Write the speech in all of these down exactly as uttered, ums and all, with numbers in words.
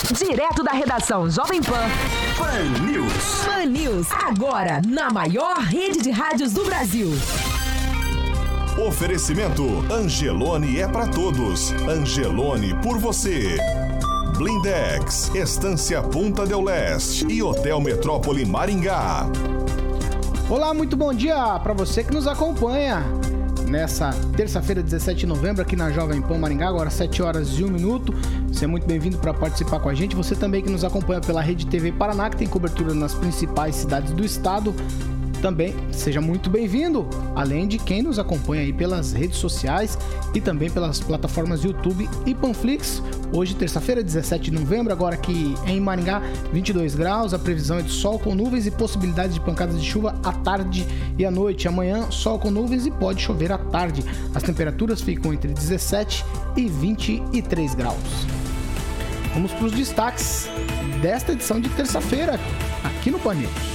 Direto da redação Jovem Pan. Pan News. Pan News, agora na maior rede de rádios do Brasil. Oferecimento Angelone é pra todos. Angelone por você. Blindex, Estância Punta del Leste e Hotel Metrópole Maringá. Olá, muito bom dia para você que nos acompanha nessa terça-feira, dezessete de novembro, aqui na Jovem Pan Maringá, agora sete horas e um minuto. Você é muito bem-vindo para participar com a gente. Você também que nos acompanha pela Rede T V Paraná, que tem cobertura nas principais cidades do estado, também seja muito bem-vindo, além de quem nos acompanha aí pelas redes sociais e também pelas plataformas YouTube e Panflix. Hoje, terça-feira, dezessete de novembro, agora aqui em Maringá, vinte e dois graus, a previsão é de sol com nuvens e possibilidade de pancadas de chuva à tarde e à noite. Amanhã, sol com nuvens e pode chover à tarde. As temperaturas ficam entre dezessete e vinte e três graus. Vamos para os destaques desta edição de terça-feira, aqui no Pan News.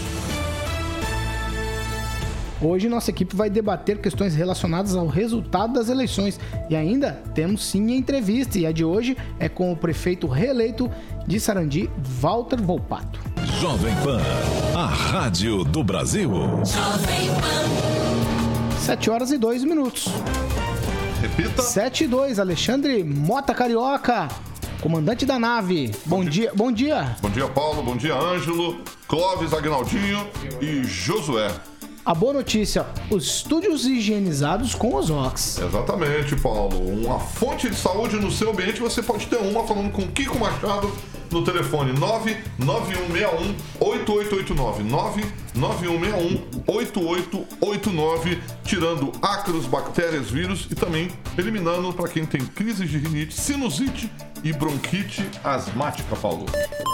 Hoje nossa equipe vai debater questões relacionadas ao resultado das eleições e ainda temos sim a entrevista, e a de hoje é com o prefeito reeleito de Sarandi, Walter Volpato. Jovem Pan, a rádio do Brasil. Jovem Pan. sete horas e dois minutos. Repita. sete e dois, Alexandre Mota Carioca, comandante da nave. Bom, bom dia. dia, bom dia. Bom dia, Paulo, bom dia, Ângelo, Clóvis, Agnaldinho e Josué. A boa notícia, os estúdios higienizados com Ozox. Exatamente, Paulo. Uma fonte de saúde no seu ambiente, você pode ter uma, falando com Kiko Machado no telefone nove nove um seis um oito oito oito nove, nove nove um seis um oito oito oito nove, tirando ácaros, bactérias, vírus e também eliminando para quem tem crise de rinite, sinusite e bronquite asmática, Paulo.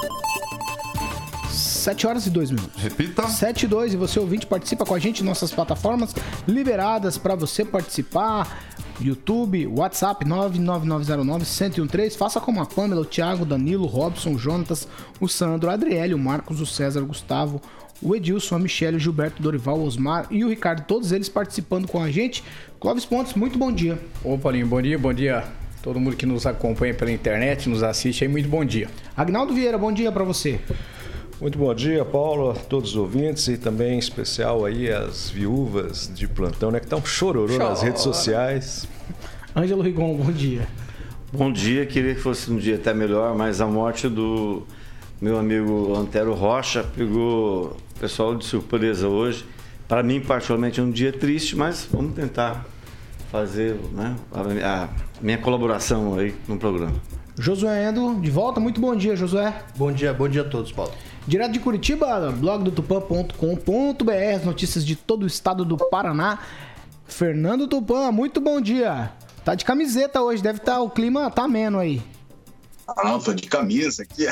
sete horas e dois minutos. Repita. sete e dois, e você ouvinte participa com a gente em nossas plataformas liberadas para você participar. YouTube, WhatsApp nove nove nove zero nove um zero um três. Faça como a Pamela, o Thiago, o Danilo, o Robson, o Jonatas, o Sandro, o Adriele, o Marcos, o César, o Gustavo, o Edilson, a Michele, o Gilberto, o Dorival, o Osmar e o Ricardo, todos eles participando com a gente. Clóvis Pontes, muito bom dia. Ô Paulinho, bom dia, bom dia. Todo mundo que nos acompanha pela internet, nos assiste aí, muito bom dia. Agnaldo Vieira, bom dia para você. Muito bom dia, Paulo, a todos os ouvintes e também em especial aí as viúvas de plantão, né, que estão chororô Chora. nas redes sociais. Ângelo Rigon, bom dia. Bom dia, queria que fosse um dia até melhor, mas a morte do meu amigo Antero Rocha pegou o pessoal de surpresa hoje. Para mim, particularmente, é um dia triste, mas vamos tentar fazer, né, a minha colaboração aí no programa. Josué Endo, de volta, muito bom dia, Josué. Bom dia, bom dia a todos, Paulo. Direto de Curitiba, blog do tupan ponto com ponto b r, notícias de todo o estado do Paraná. Fernando Tupan, muito bom dia. Tá de camiseta hoje, deve estar, tá, o clima tá ameno aí. Ah, não, tô de camisa aqui.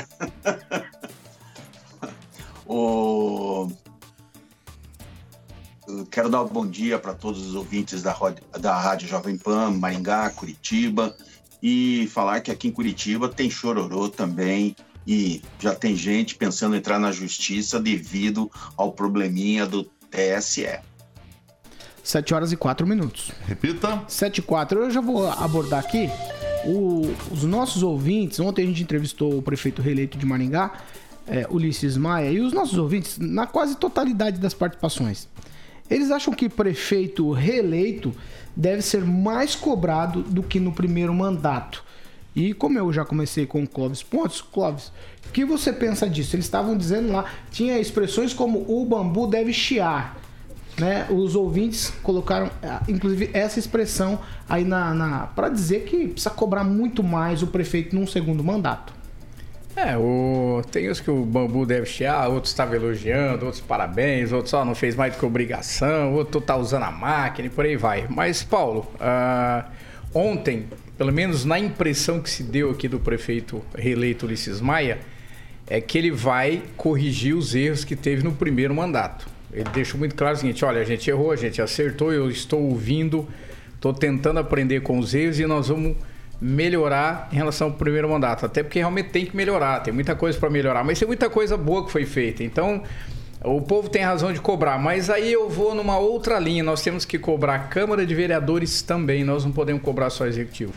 o... Eu quero dar um bom dia para todos os ouvintes da, da Rádio Jovem Pan, Maringá, Curitiba, e falar que aqui em Curitiba tem chororô também. E já tem gente pensando em entrar na justiça devido ao probleminha do T S E. sete horas e quatro minutos. Repita. sete e quatro. Eu já vou abordar aqui o, os nossos ouvintes. Ontem a gente entrevistou o prefeito reeleito de Maringá, é, Ulisses Maia, e os nossos ouvintes, na quase totalidade das participações, eles acham que prefeito reeleito deve ser mais cobrado do que no primeiro mandato. E como eu já comecei com o Clóvis Pontes, Clóvis, o que você pensa disso? Eles estavam dizendo lá, tinha expressões como o bambu deve chiar, né? Os ouvintes colocaram, inclusive, essa expressão aí na, na, para dizer que precisa cobrar muito mais o prefeito num segundo mandato. É, o, tem os que o bambu deve chiar, outros estavam elogiando, outros parabéns, outros só não fez mais do que obrigação, outro tá usando a máquina e por aí vai. Mas, Paulo, uh, ontem, pelo menos na impressão que se deu aqui do prefeito reeleito Ulisses Maia, é que ele vai corrigir os erros que teve no primeiro mandato. Ele deixou muito claro o seguinte: olha, a gente errou, a gente acertou, eu estou ouvindo, estou tentando aprender com os erros e nós vamos melhorar em relação ao primeiro mandato. Até porque realmente tem que melhorar, tem muita coisa para melhorar, mas tem muita coisa boa que foi feita. Então, o povo tem razão de cobrar, mas aí eu vou numa outra linha. Nós temos que cobrar a Câmara de Vereadores também, nós não podemos cobrar só o Executivo.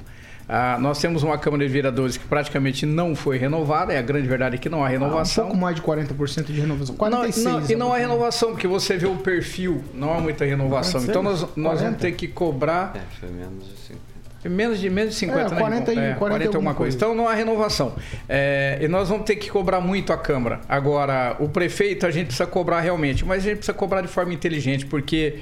Ah, nós temos uma Câmara de Vereadores que praticamente não foi renovada, é a grande verdade é que não há renovação. Ah, um pouco mais de quarenta por cento de renovação, quarenta e seis por cento. Não, não, e não há renovação, porque você vê o perfil, não há muita renovação. Então nós, nós vamos ter que cobrar... É, foi menos de cinquenta. Menos de, menos de cinquenta, é, quarenta, né? E, é, quarenta, quarenta alguma coisa. Então não há renovação. É, e nós vamos ter que cobrar muito a Câmara. Agora, o prefeito a gente precisa cobrar realmente, mas a gente precisa cobrar de forma inteligente, porque...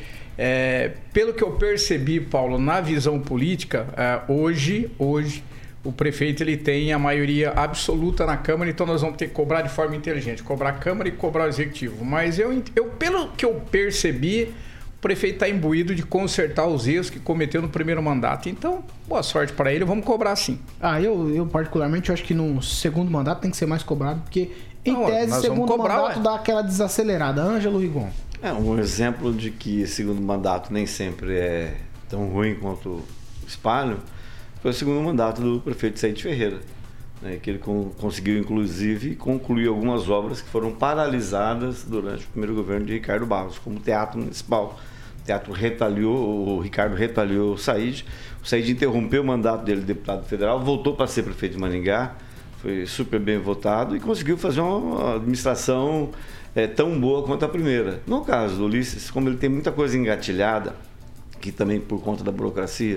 É, pelo que eu percebi, Paulo, na visão política, é, hoje, hoje o prefeito ele tem a maioria absoluta na Câmara, então nós vamos ter que cobrar de forma inteligente, cobrar a Câmara e cobrar o Executivo. Mas eu, eu pelo que eu percebi, o prefeito está imbuído de consertar os erros que cometeu no primeiro mandato. Então, boa sorte para ele, vamos cobrar sim. Ah, eu, eu particularmente eu acho que no segundo mandato tem que ser mais cobrado, porque em Não, tese, segundo cobrar, mandato ué. dá aquela desacelerada. Ângelo Rigon. É um exemplo de que segundo mandato nem sempre é tão ruim quanto o espalho. Foi o segundo mandato do prefeito Said Ferreira, né, que ele com, conseguiu inclusive concluir algumas obras que foram paralisadas durante o primeiro governo de Ricardo Barros, como o Teatro Municipal. O Teatro retaliou, o Ricardo retaliou o Said. O Said interrompeu o mandato dele de deputado federal, voltou para ser prefeito de Maringá, foi super bem votado e conseguiu fazer uma administração É tão boa quanto a primeira. No caso do Ulisses, como ele tem muita coisa engatilhada, que também por conta da burocracia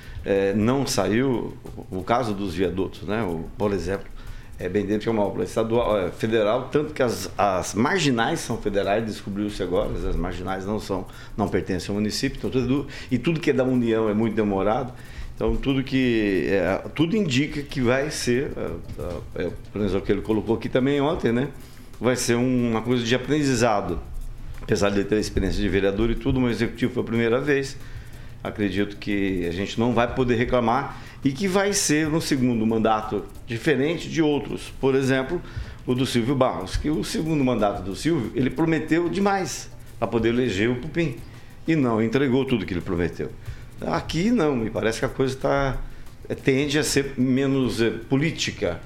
é, não saiu, o caso dos viadutos, né? O, por exemplo, é bem dentro de uma obra estadual, é, federal, tanto que as, as marginais são federais, descobriu-se agora, as marginais não são, não pertencem ao município, então tudo, e tudo que é da União é muito demorado. Então, tudo que é, tudo indica que vai ser, é, é, por exemplo, o que ele colocou aqui também ontem, né? Vai ser uma coisa de aprendizado. Apesar de ele ter experiência de vereador e tudo, mas o executivo foi a primeira vez. Acredito que a gente não vai poder reclamar e que vai ser no segundo mandato diferente de outros. Por exemplo, o do Silvio Barros, que o segundo mandato do Silvio, ele prometeu demais para poder eleger o Pupim e não entregou tudo que ele prometeu. Aqui não, me parece que a coisa tá, tende a ser menos é, política.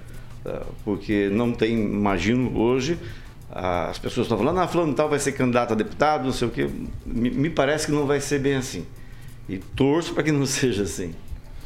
Porque não tem, imagino hoje, as pessoas estão falando, ah, fulano tal vai ser candidato a deputado, não sei o quê. Me, me parece que não vai ser bem assim. E torço para que não seja assim.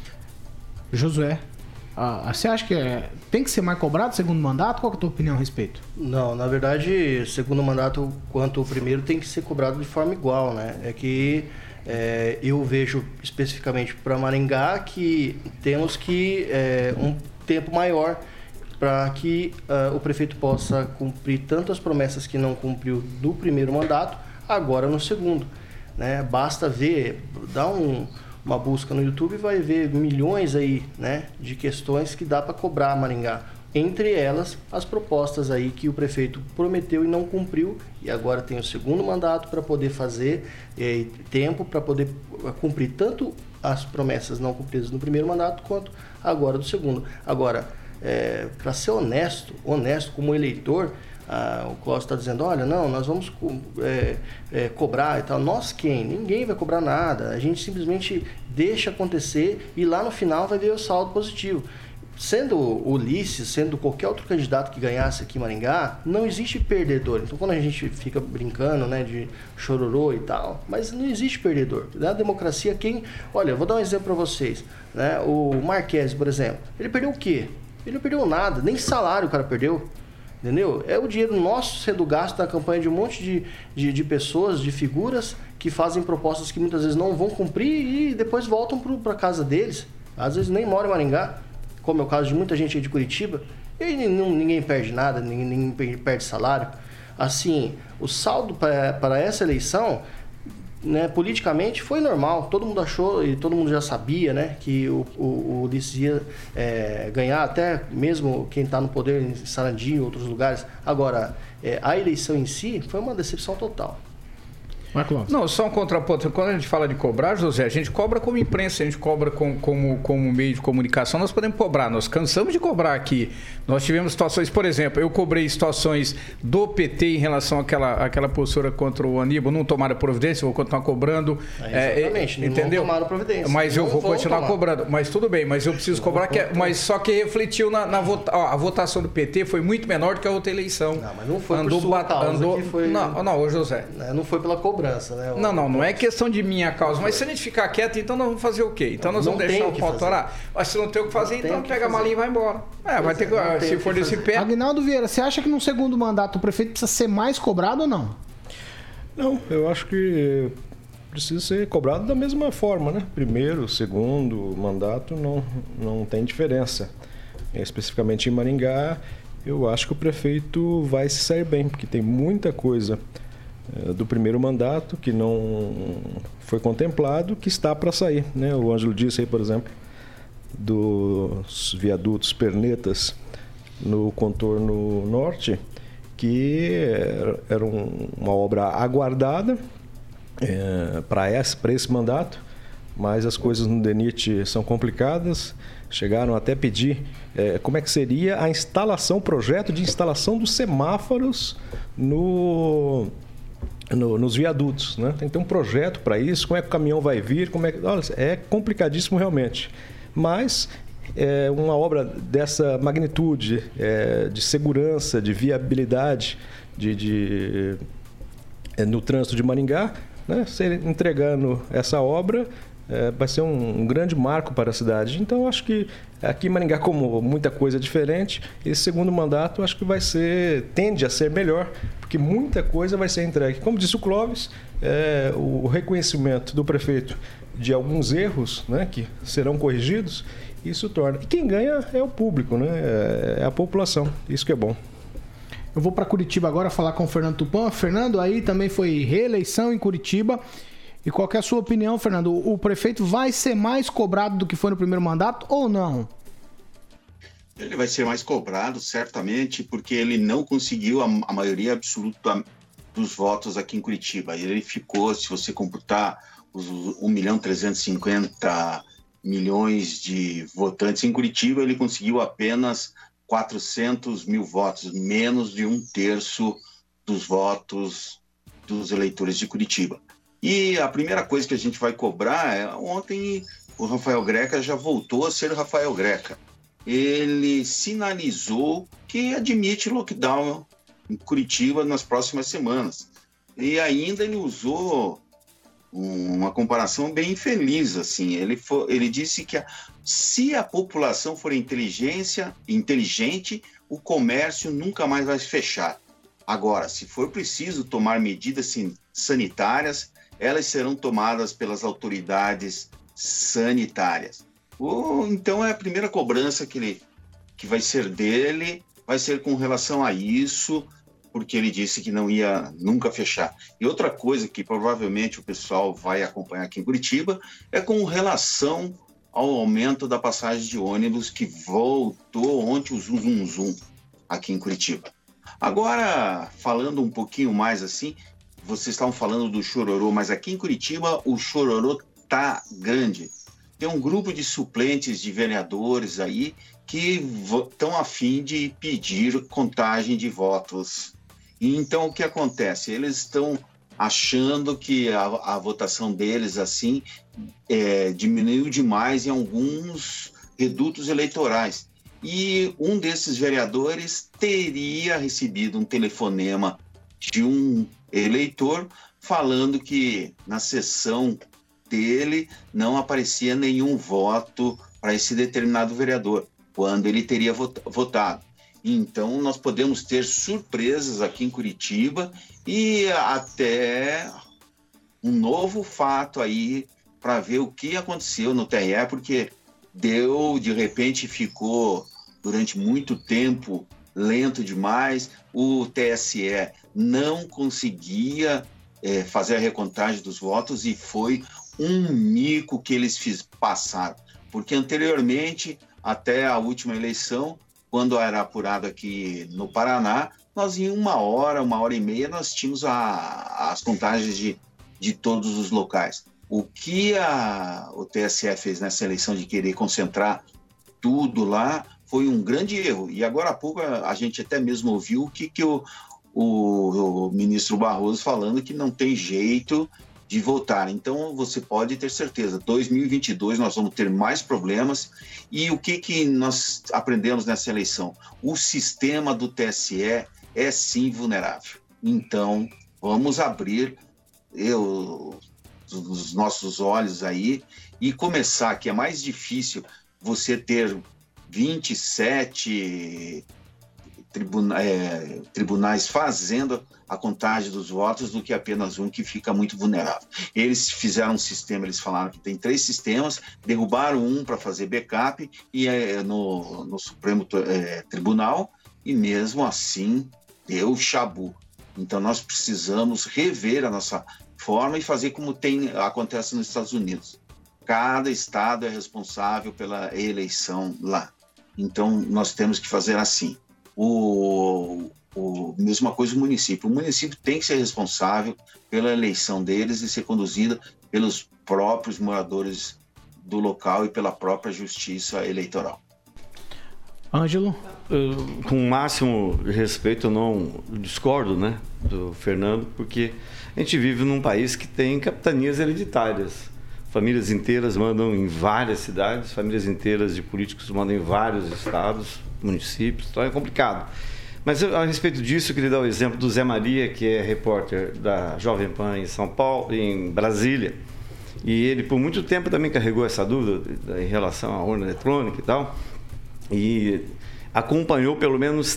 Josué, ah, você acha que é, tem que ser mais cobrado segundo mandato? Qual é a tua opinião a respeito? Não, na verdade, segundo mandato quanto o primeiro tem que ser cobrado de forma igual, né? É que é, eu vejo especificamente para Maringá que temos que é, um tempo maior para que uh, o prefeito possa cumprir tanto as promessas que não cumpriu no primeiro mandato, agora no segundo. Né? Basta ver, dá um, uma busca no YouTube e vai ver milhões aí, né, de questões que dá para cobrar a Maringá. Entre elas, as propostas aí que o prefeito prometeu e não cumpriu, e agora tem o segundo mandato para poder fazer, e tempo para poder cumprir tanto as promessas não cumpridas no primeiro mandato, quanto agora do segundo. Agora, É, para ser honesto, honesto como eleitor, ah, o Cláudio está dizendo, olha, não, nós vamos co é, é, cobrar e tal. Nós quem? Ninguém vai cobrar nada. A gente simplesmente deixa acontecer e lá no final vai ver o saldo positivo. Sendo o Ulisses, sendo qualquer outro candidato que ganhasse aqui em Maringá, não existe perdedor. Então, quando a gente fica brincando, né, de chororô e tal, mas não existe perdedor. Na democracia, quem... Olha, eu vou dar um exemplo para vocês. Né? O Marques, por exemplo, ele perdeu o quê? Ele não perdeu nada, nem salário o cara perdeu, entendeu? É o dinheiro nosso sendo gasto na campanha de um monte de, de, de pessoas, de figuras que fazem propostas que muitas vezes não vão cumprir e depois voltam para casa deles. Às vezes nem moram em Maringá, como é o caso de muita gente aí de Curitiba, e não, ninguém perde nada, ninguém, ninguém perde salário. Assim, o saldo para essa eleição... Né, politicamente foi normal, todo mundo achou e todo mundo já sabia, né, que o, o, o Ulisses ia é, ganhar, até mesmo quem está no poder em Sarandi e outros lugares. Agora, é, a eleição em si foi uma decepção total. Não, só um contraponto. Quando a gente fala de cobrar, José, a gente cobra como imprensa, a gente cobra com, como, como meio de comunicação, nós podemos cobrar, nós cansamos de cobrar aqui. Nós tivemos situações, por exemplo, eu cobrei situações do P T em relação àquela, àquela postura contra o Aníbal, não tomaram providência, vou continuar cobrando. É, exatamente, é, entendeu? Não tomaram providência. Mas não eu vou continuar tomar. cobrando. Mas tudo bem, mas eu preciso cobrar, que é, mas só que refletiu na, na vota, ó, a votação do P T foi muito menor do que a outra eleição. Não, mas não foi andou, por sua causa andou, que foi... Não, não, ô José. Não foi pela cobrança. cobrança, né? Não, não, não é questão de minha causa, mas se a gente ficar quieto, então nós vamos fazer o quê? Então nós Não vamos tem deixar o o que pau fazer. torar? Mas se não tem o que fazer, Não tem então o que pega a fazer. malinha e vai embora. É, vai ter que, é, não tem se o for que desse fazer. pé... Aguinaldo Vieira, você acha que no segundo mandato o prefeito precisa ser mais cobrado ou não? Não, eu acho que precisa ser cobrado da mesma forma, né? Primeiro, segundo mandato não, não tem diferença. Especificamente em Maringá, eu acho que o prefeito vai se sair bem, porque tem muita coisa eh, do primeiro mandato que não foi contemplado, que está para sair, né? O Ângelo disse aí, por exemplo, dos viadutos Pernetas no contorno norte, que era, era um, uma obra aguardada é, para esse, para esse mandato, mas as coisas no DENIT são complicadas. Chegaram até a pedir é, como é que seria a instalação, o projeto de instalação dos semáforos no, no, nos viadutos, né? Tem que ter um projeto para isso, como é que o caminhão vai vir, como é que... Olha, é complicadíssimo realmente. Mas é, uma obra dessa magnitude, é, de segurança, de viabilidade de, de, é, no trânsito de Maringá, né? Se ele entregando essa obra, é, vai ser um, um grande marco para a cidade. Então, acho que aqui em Maringá, como muita coisa diferente, esse segundo mandato acho que vai ser, tende a ser melhor, porque muita coisa vai ser entregue. Como disse o Clóvis, é, o reconhecimento do prefeito de alguns erros, né, que serão corrigidos, isso torna... E quem ganha é o público, né? É a população. Isso que é bom. Eu vou para Curitiba agora falar com o Fernando Tupan. Fernando, aí também foi reeleição em Curitiba. E qual que é a sua opinião, Fernando? O prefeito vai ser mais cobrado do que foi no primeiro mandato ou não? Ele vai ser mais cobrado, certamente, porque ele não conseguiu a, a maioria absoluta dos votos aqui em Curitiba. Ele ficou, se você computar os um milhão trezentos e cinquenta milhões de votantes em Curitiba, ele conseguiu apenas quatrocentos mil votos, menos de um terço dos votos dos eleitores de Curitiba. E a primeira coisa que a gente vai cobrar é, ontem o Rafael Greca já voltou a ser Rafael Greca. Ele sinalizou que admite lockdown em Curitiba nas próximas semanas. E ainda ele usou uma comparação bem infeliz, assim. Ele, for, ele disse que a, se a população for inteligência, inteligente, o comércio nunca mais vai fechar. Agora, se for preciso tomar medidas sanitárias, elas serão tomadas pelas autoridades sanitárias. Ou, então é a primeira cobrança que, ele, que vai ser dele, vai ser com relação a isso, porque ele disse que não ia nunca fechar. E outra coisa que provavelmente o pessoal vai acompanhar aqui em Curitiba é com relação ao aumento da passagem de ônibus que voltou ontem o zum, zum, zum aqui em Curitiba. Agora, falando um pouquinho mais assim, vocês estavam falando do chororô, mas aqui em Curitiba o chororô tá grande. Tem um grupo de suplentes de vereadores aí que estão a fim de pedir contagem de votos. E então o que acontece? Eles estão achando que a, a votação deles assim é, diminuiu demais em alguns redutos eleitorais. E um desses vereadores teria recebido um telefonema de um eleitor falando que na sessão dele não aparecia nenhum voto para esse determinado vereador, quando ele teria votado. Então, nós podemos ter surpresas aqui em Curitiba e até um novo fato aí para ver o que aconteceu no T R E, porque deu, de repente, ficou durante muito tempo lento demais, o T S E não conseguia é, fazer a recontagem dos votos e foi um mico que eles fiz, passaram, porque anteriormente, até a última eleição, quando era apurado aqui no Paraná, nós em uma hora, uma hora e meia, nós tínhamos a, as contagens de, de todos os locais. O que a, o T S E fez nessa eleição de querer concentrar tudo lá foi um grande erro. E agora há pouco a, a gente até mesmo ouviu o que, que o, o, o ministro Barroso falando que não tem jeito de voltar. Então, você pode ter certeza, dois mil e vinte e dois nós vamos ter mais problemas. E o que, que nós aprendemos nessa eleição? O sistema do T S E é sim vulnerável. Então, vamos abrir eu, os nossos olhos aí e começar, que é mais difícil você ter vinte e sete tribuna, é, tribunais fazendo a contagem dos votos do que apenas um que fica muito vulnerável. Eles fizeram um sistema, eles falaram que tem três sistemas, derrubaram um para fazer backup e é, no, no Supremo é, Tribunal, e mesmo assim deu chabu. Então nós precisamos rever a nossa forma e fazer como tem, acontece nos Estados Unidos. Cada estado é responsável pela eleição lá. Então nós temos que fazer assim. O, o, mesma coisa o município. O município tem que ser responsável pela eleição deles e ser conduzida pelos próprios moradores do local e pela própria justiça eleitoral. Ângelo? Uh, com o máximo respeito, eu não discordo, né, do Fernando, porque a gente vive num país que tem capitanias hereditárias. Famílias inteiras mandam em várias cidades, famílias inteiras de políticos mandam em vários estados, municípios, então é complicado. Mas eu, a respeito disso, eu queria dar o exemplo do Zé Maria, que é repórter da Jovem Pan em São Paulo, em Brasília. E ele, por muito tempo, também carregou essa dúvida em relação à urna eletrônica e tal. E acompanhou pelo menos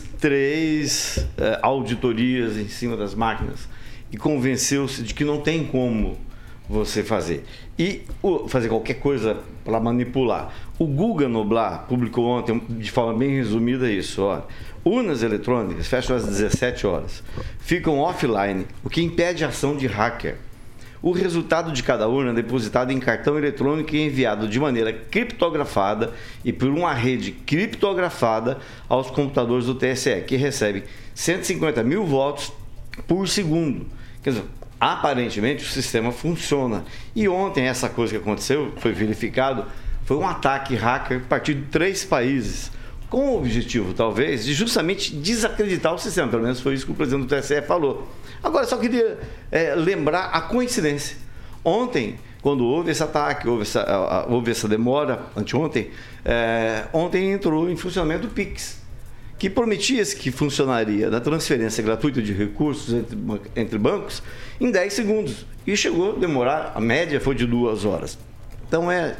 três eh, auditorias em cima das máquinas e convenceu-se de que não tem como você fazer. E o, fazer qualquer coisa para manipular. O Guga Noblar publicou ontem, de forma bem resumida, isso. Olha, urnas eletrônicas fecham às dezessete horas, ficam offline, o que impede a ação de hacker. O resultado de cada urna é depositado em cartão eletrônico e enviado de maneira criptografada e por uma rede criptografada aos computadores do T S E, que recebem cento e cinquenta mil votos por segundo. Quer dizer, aparentemente o sistema funciona. E ontem essa coisa que aconteceu, foi verificado, foi um ataque hacker a partir de três países, com o objetivo, talvez, de justamente desacreditar o sistema. Pelo menos foi isso que o presidente do T S E falou. Agora, só queria é, lembrar a coincidência. Ontem, quando houve esse ataque, houve essa, houve essa demora, anteontem, é, ontem entrou em funcionamento o Pix, que prometia-se que funcionaria na transferência gratuita de recursos entre, entre bancos em dez segundos. E chegou a demorar, a média foi de duas horas. Então é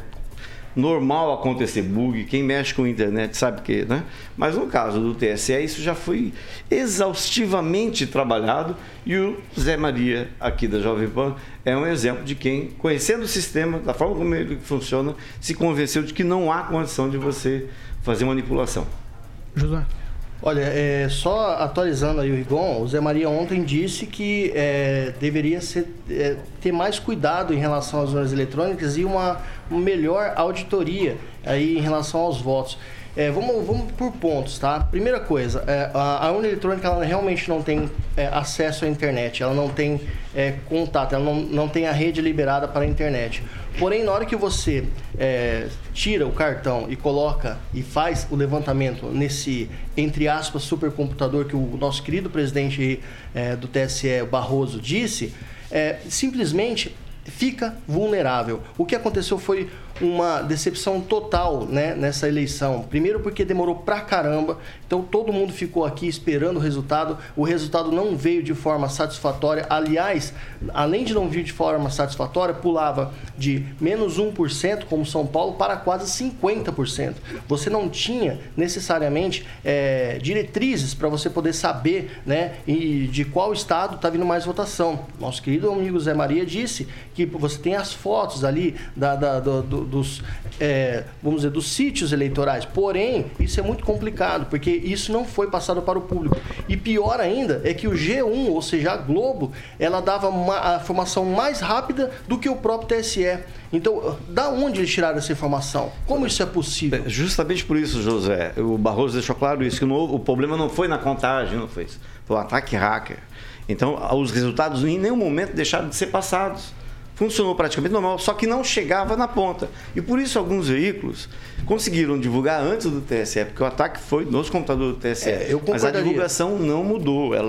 normal acontecer bug, quem mexe com a internet sabe que, né? Mas no caso do T S E, isso já foi exaustivamente trabalhado e o Zé Maria, aqui da Jovem Pan, é um exemplo de quem, conhecendo o sistema, da forma como ele funciona, se convenceu de que não há condição de você fazer manipulação. José? Olha, é, só atualizando aí o Rigon, o Zé Maria ontem disse que é, deveria ser, é, ter mais cuidado em relação às urnas eletrônicas e uma, uma melhor auditoria aí em relação aos votos. É, vamos, vamos por pontos, tá? Primeira coisa, é, a, a urna eletrônica ela realmente não tem é, acesso à internet, ela não tem é, contato, ela não, não tem a rede liberada para a internet. Porém, na hora que você é, tira o cartão e coloca e faz o levantamento nesse, entre aspas, supercomputador que o nosso querido presidente é, do T S E, Barroso, disse, é, simplesmente fica vulnerável. O que aconteceu foi uma decepção total, né, nessa eleição. Primeiro porque demorou pra caramba, então todo mundo ficou aqui esperando o resultado. O resultado não veio de forma satisfatória. Aliás, além de não vir de forma satisfatória, pulava de menos um por cento, como São Paulo, para quase cinquenta por cento. Você não tinha necessariamente é, diretrizes para você poder saber, né, e de qual estado está vindo mais votação. Nosso querido amigo Zé Maria disse que você tem as fotos ali da, da, do, do, dos, é, vamos dizer, dos sítios eleitorais. Porém, isso é muito complicado, porque isso não foi passado para o público. E pior ainda é que o G um, ou seja, a Globo, ela dava uma, a informação mais rápida do que o próprio T S E. Então, da onde eles tiraram essa informação? Como isso é possível? Justamente por isso, José, o Barroso deixou claro isso, que não, o problema não foi na contagem, não foi isso. Foi um ataque hacker. Então, os resultados em nenhum momento deixaram de ser passados. Funcionou praticamente normal, só que não chegava na ponta. E por isso alguns veículos conseguiram divulgar antes do T S E, porque o ataque foi nos computadores do T S E. É, eu mas a divulgação não mudou. Ela,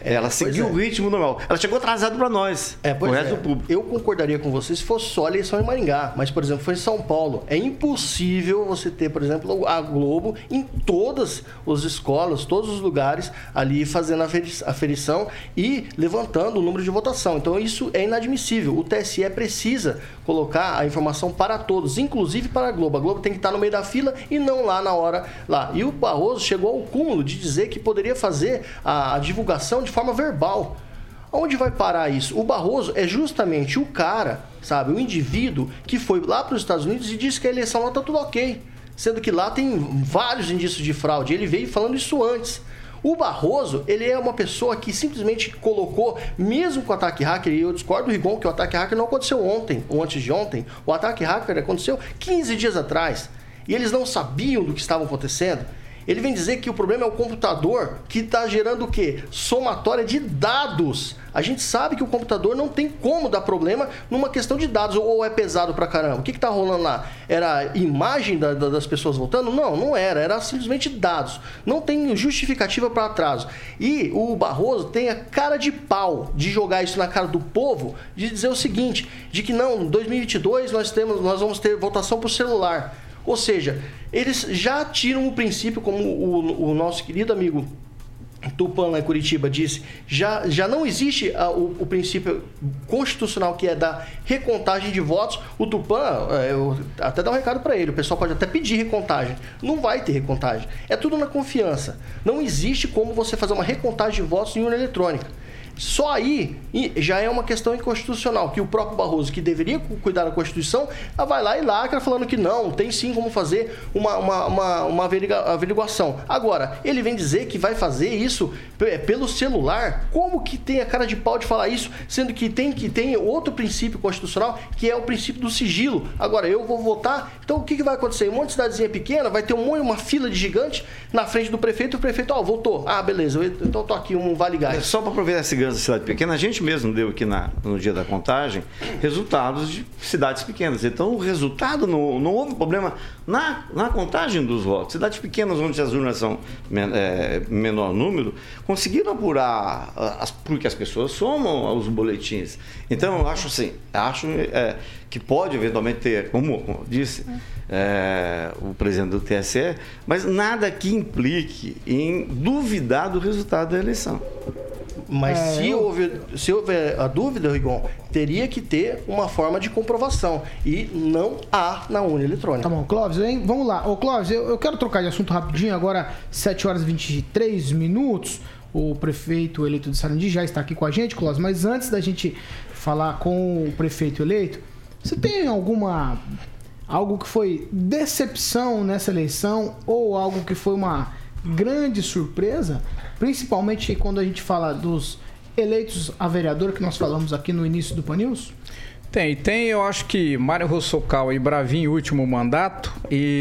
É, ela seguiu é. o ritmo normal. Ela chegou atrasada para nós, é, o resto é. do público. Eu concordaria com você se fosse só a eleição em Maringá, mas, por exemplo, foi em São Paulo. É impossível você ter, por exemplo, a Globo em todas as escolas, todos os lugares, ali fazendo a aferição e levantando o número de votação. Então, isso é inadmissível. O T S E precisa colocar a informação para todos, inclusive para a Globo. A Globo tem que estar no meio da fila e não lá na hora lá. E o Barroso chegou ao cúmulo de dizer que poderia fazer a, a divulgação de forma verbal. Onde vai parar isso? O Barroso é justamente o cara, sabe, o indivíduo que foi lá para os Estados Unidos e disse que a eleição lá está tudo ok, sendo que lá tem vários indícios de fraude. Ele veio falando isso antes. O Barroso, ele é uma pessoa que simplesmente colocou, mesmo com o ataque hacker, e eu discordo do Rigon que o ataque hacker não aconteceu ontem ou antes de ontem, o ataque hacker aconteceu quinze dias atrás, e eles não sabiam do que estava acontecendo. Ele vem dizer que o problema é o computador que está gerando o quê? Somatória de dados. A gente sabe que o computador não tem como dar problema numa questão de dados, ou é pesado pra caramba. O que está rolando lá? Era imagem da, da, das pessoas voltando? Não, não era. Era simplesmente dados. Não tem justificativa para atraso. E o Barroso tem a cara de pau de jogar isso na cara do povo, de dizer o seguinte, de que não, em dois mil e vinte e dois nós, temos, nós vamos ter votação por celular. Ou seja, eles já tiram o princípio, como o, o nosso querido amigo Tupã lá em Curitiba disse, já, já não existe a, o, o princípio constitucional que é da recontagem de votos. O Tupã, eu até dar um recado para ele, o pessoal pode até pedir recontagem, não vai ter recontagem, é tudo na confiança. Não existe como você fazer uma recontagem de votos em urna eletrônica. Só aí já é uma questão inconstitucional, que o próprio Barroso, que deveria cuidar da Constituição, vai lá e lacra falando que não, tem sim como fazer uma, uma, uma, uma averiguação. Agora, ele vem dizer que vai fazer isso pelo celular. Como que tem a cara de pau de falar isso, sendo que tem, que tem outro princípio constitucional, que é o princípio do sigilo. Agora, eu vou votar, então o que, que vai acontecer? Um monte de cidadezinha pequena, vai ter um, uma fila de gigante na frente do prefeito, e o prefeito, ó, oh, votou. Ah, beleza, então tô aqui, um vale gás. Só para aproveitar esse ganho da cidade pequena, a gente mesmo deu aqui na, no dia da contagem resultados de cidades pequenas. Então, o resultado, não, não houve problema na, na contagem dos votos. Cidades pequenas, onde as urnas são é, menor número, conseguiram apurar, as, porque as pessoas somam os boletins. Então, eu acho assim, acho é, que pode eventualmente ter, como, como disse é, o presidente do T S E, mas nada que implique em duvidar do resultado da eleição. Mas é, se, eu... houver, se houver a dúvida, Rigon, teria que ter uma forma de comprovação. E não há na urna eletrônica. Tá bom, Clóvis, hein? Vamos lá. Ô, Clóvis, eu, eu quero trocar de assunto rapidinho. Agora, sete horas e vinte e três minutos. O prefeito eleito de Sarandi já está aqui com a gente, Clóvis. Mas antes da gente falar com o prefeito eleito, você tem alguma... algo que foi decepção nessa eleição ou algo que foi uma grande surpresa? Principalmente quando a gente fala dos eleitos a vereador, que nós falamos aqui no início do Pan News? Tem, tem. Eu acho que Mário Rossocal e Bravinho, último mandato,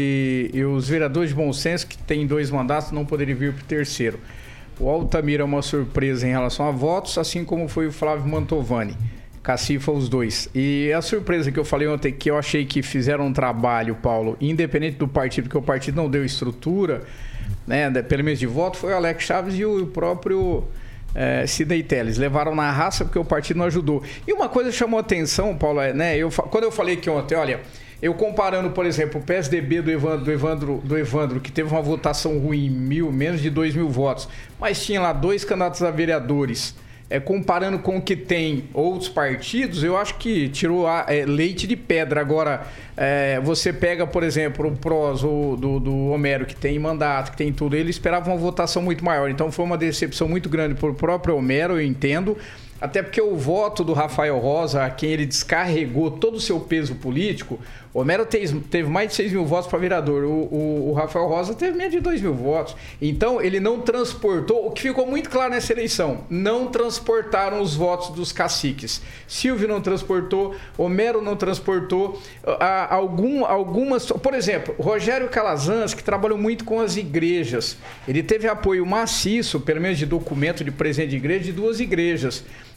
e, e os vereadores de bom senso, que têm dois mandatos, não poderiam vir para o terceiro. O Altamira é uma surpresa em relação a votos, assim como foi o Flávio Mantovani. Cacifa os dois. E a surpresa que eu falei ontem, que eu achei que fizeram um trabalho, Paulo, independente do partido, porque o partido não deu estrutura, né, pelo menos de voto, foi o Alex Chaves e o próprio é, Sidney Telles. Levaram na raça porque o partido não ajudou. E uma coisa chamou a atenção, Paulo, é, né, eu, quando eu falei que ontem, olha, eu comparando, por exemplo, o P S D B do Evandro, do Evandro, do Evandro que teve uma votação ruim, mil, menos de dois mil votos, mas tinha lá dois candidatos a vereadores. É, comparando com o que tem outros partidos, eu acho que tirou a, é, leite de pedra. Agora, é, você pega, por exemplo, o P R O S o, do, do Homero, que tem mandato, que tem tudo, ele esperava uma votação muito maior. Então, foi uma decepção muito grande para o próprio Homero, eu entendo. Até porque o voto do Rafael Rosa, a quem ele descarregou todo o seu peso político, o Homero teve, teve mais de seis mil votos para vereador, o, o, o Rafael Rosa teve menos de dois mil votos. Então, ele não transportou, o que ficou muito claro nessa eleição, não transportaram os votos dos caciques. Silvio não transportou, Homero não transportou, a, algum, algumas... Por exemplo, Rogério Calazans, que trabalhou muito com as igrejas, ele teve apoio maciço, pelo menos de documento de presidente de igreja, de duas igrejas.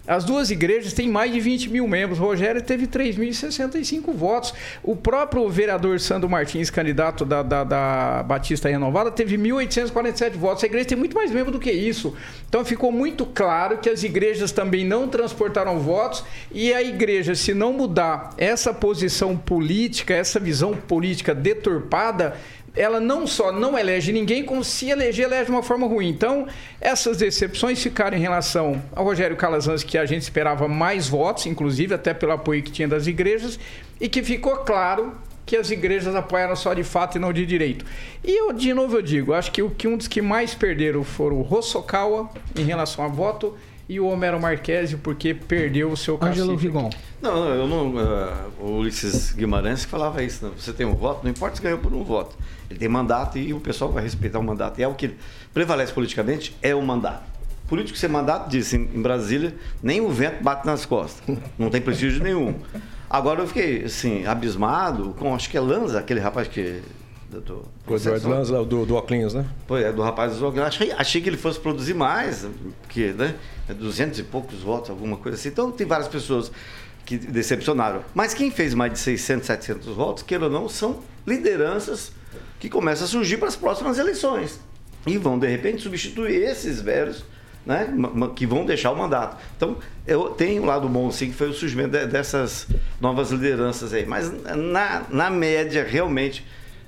As duas igrejas têm mais de vinte mil membros. O Rogério teve três mil e sessenta e cinco votos. O próprio vereador Sandro Martins, candidato da, da, da Batista Renovada, teve mil oitocentos e quarenta e sete votos. A igreja tem muito mais membros do que isso. Então ficou muito claro que as igrejas também não transportaram votos, e a igreja, se não mudar essa posição política, essa visão política deturpada, ela não só não elege ninguém, como se eleger, elege de uma forma ruim. Então, essas decepções ficaram em relação ao Rogério Calazans, que a gente esperava mais votos, inclusive até pelo apoio que tinha das igrejas, e que ficou claro que as igrejas apoiaram só de fato e não de direito. E eu, de novo eu digo, acho que, o, que um dos que mais perderam foram o Hosokawa em relação a voto, e o Homero Marquesi, porque perdeu o seu cacife. Ângelo Rigon. Não, eu não. Uh, o Ulisses Guimarães que falava isso. Não. Você tem um voto, não importa se ganhou por um voto. Ele tem mandato e o pessoal vai respeitar o mandato. E é o que prevalece politicamente, é o mandato. Político sem mandato, disse em Brasília, nem o vento bate nas costas. Não tem prestígio nenhum. Agora eu fiquei, assim, abismado com, acho que é Lanza, aquele rapaz que... Do, o Eduardo Lanza, do, do Oclinhos, né? Pois é, do rapaz do Oclinhos. Achei, achei que ele fosse produzir mais, porque, né? duzentos e poucos votos, alguma coisa assim. Então, tem várias pessoas que decepcionaram. Mas quem fez mais de seiscentos, setecentos votos, queira ou não, são lideranças que começam a surgir para as próximas eleições. E vão, de repente, substituir esses velhos, né? Que vão deixar o mandato. Então, eu tenho um lado bom, sim, que foi o surgimento dessas novas lideranças aí. Mas, na, na média, realmente...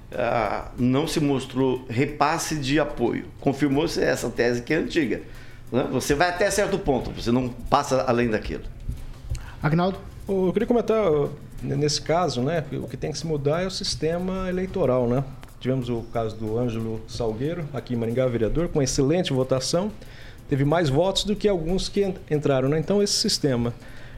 Uh, não se mostrou repasse de apoio. Confirmou-se essa tese que é antiga, né? Você vai até certo ponto, você não passa além daquilo. Agnaldo? Eu queria comentar, nesse caso, né, o que tem que se mudar é o sistema eleitoral, né? Tivemos o caso do Ângelo Salgueiro, aqui em Maringá, vereador, com excelente votação, teve mais votos do que alguns que entraram, né? Então, esse sistema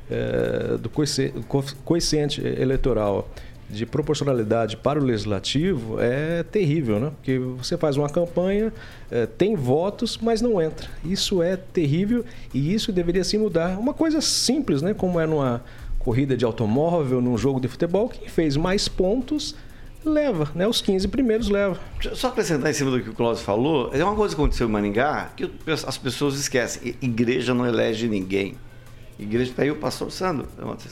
é, do coeficiente eleitoral de proporcionalidade para o legislativo é terrível, né? Porque você faz uma campanha, é, tem votos, mas não entra. Isso é terrível e isso deveria se mudar. Uma coisa simples, né? Como é numa corrida de automóvel, num jogo de futebol, quem fez mais pontos leva, né? Os quinze primeiros leva. Só acrescentar em cima do que o Cláudio falou, é uma coisa que aconteceu em Maringá que as pessoas esquecem. Igreja não elege ninguém. Igreja está aí o pastor Sandro,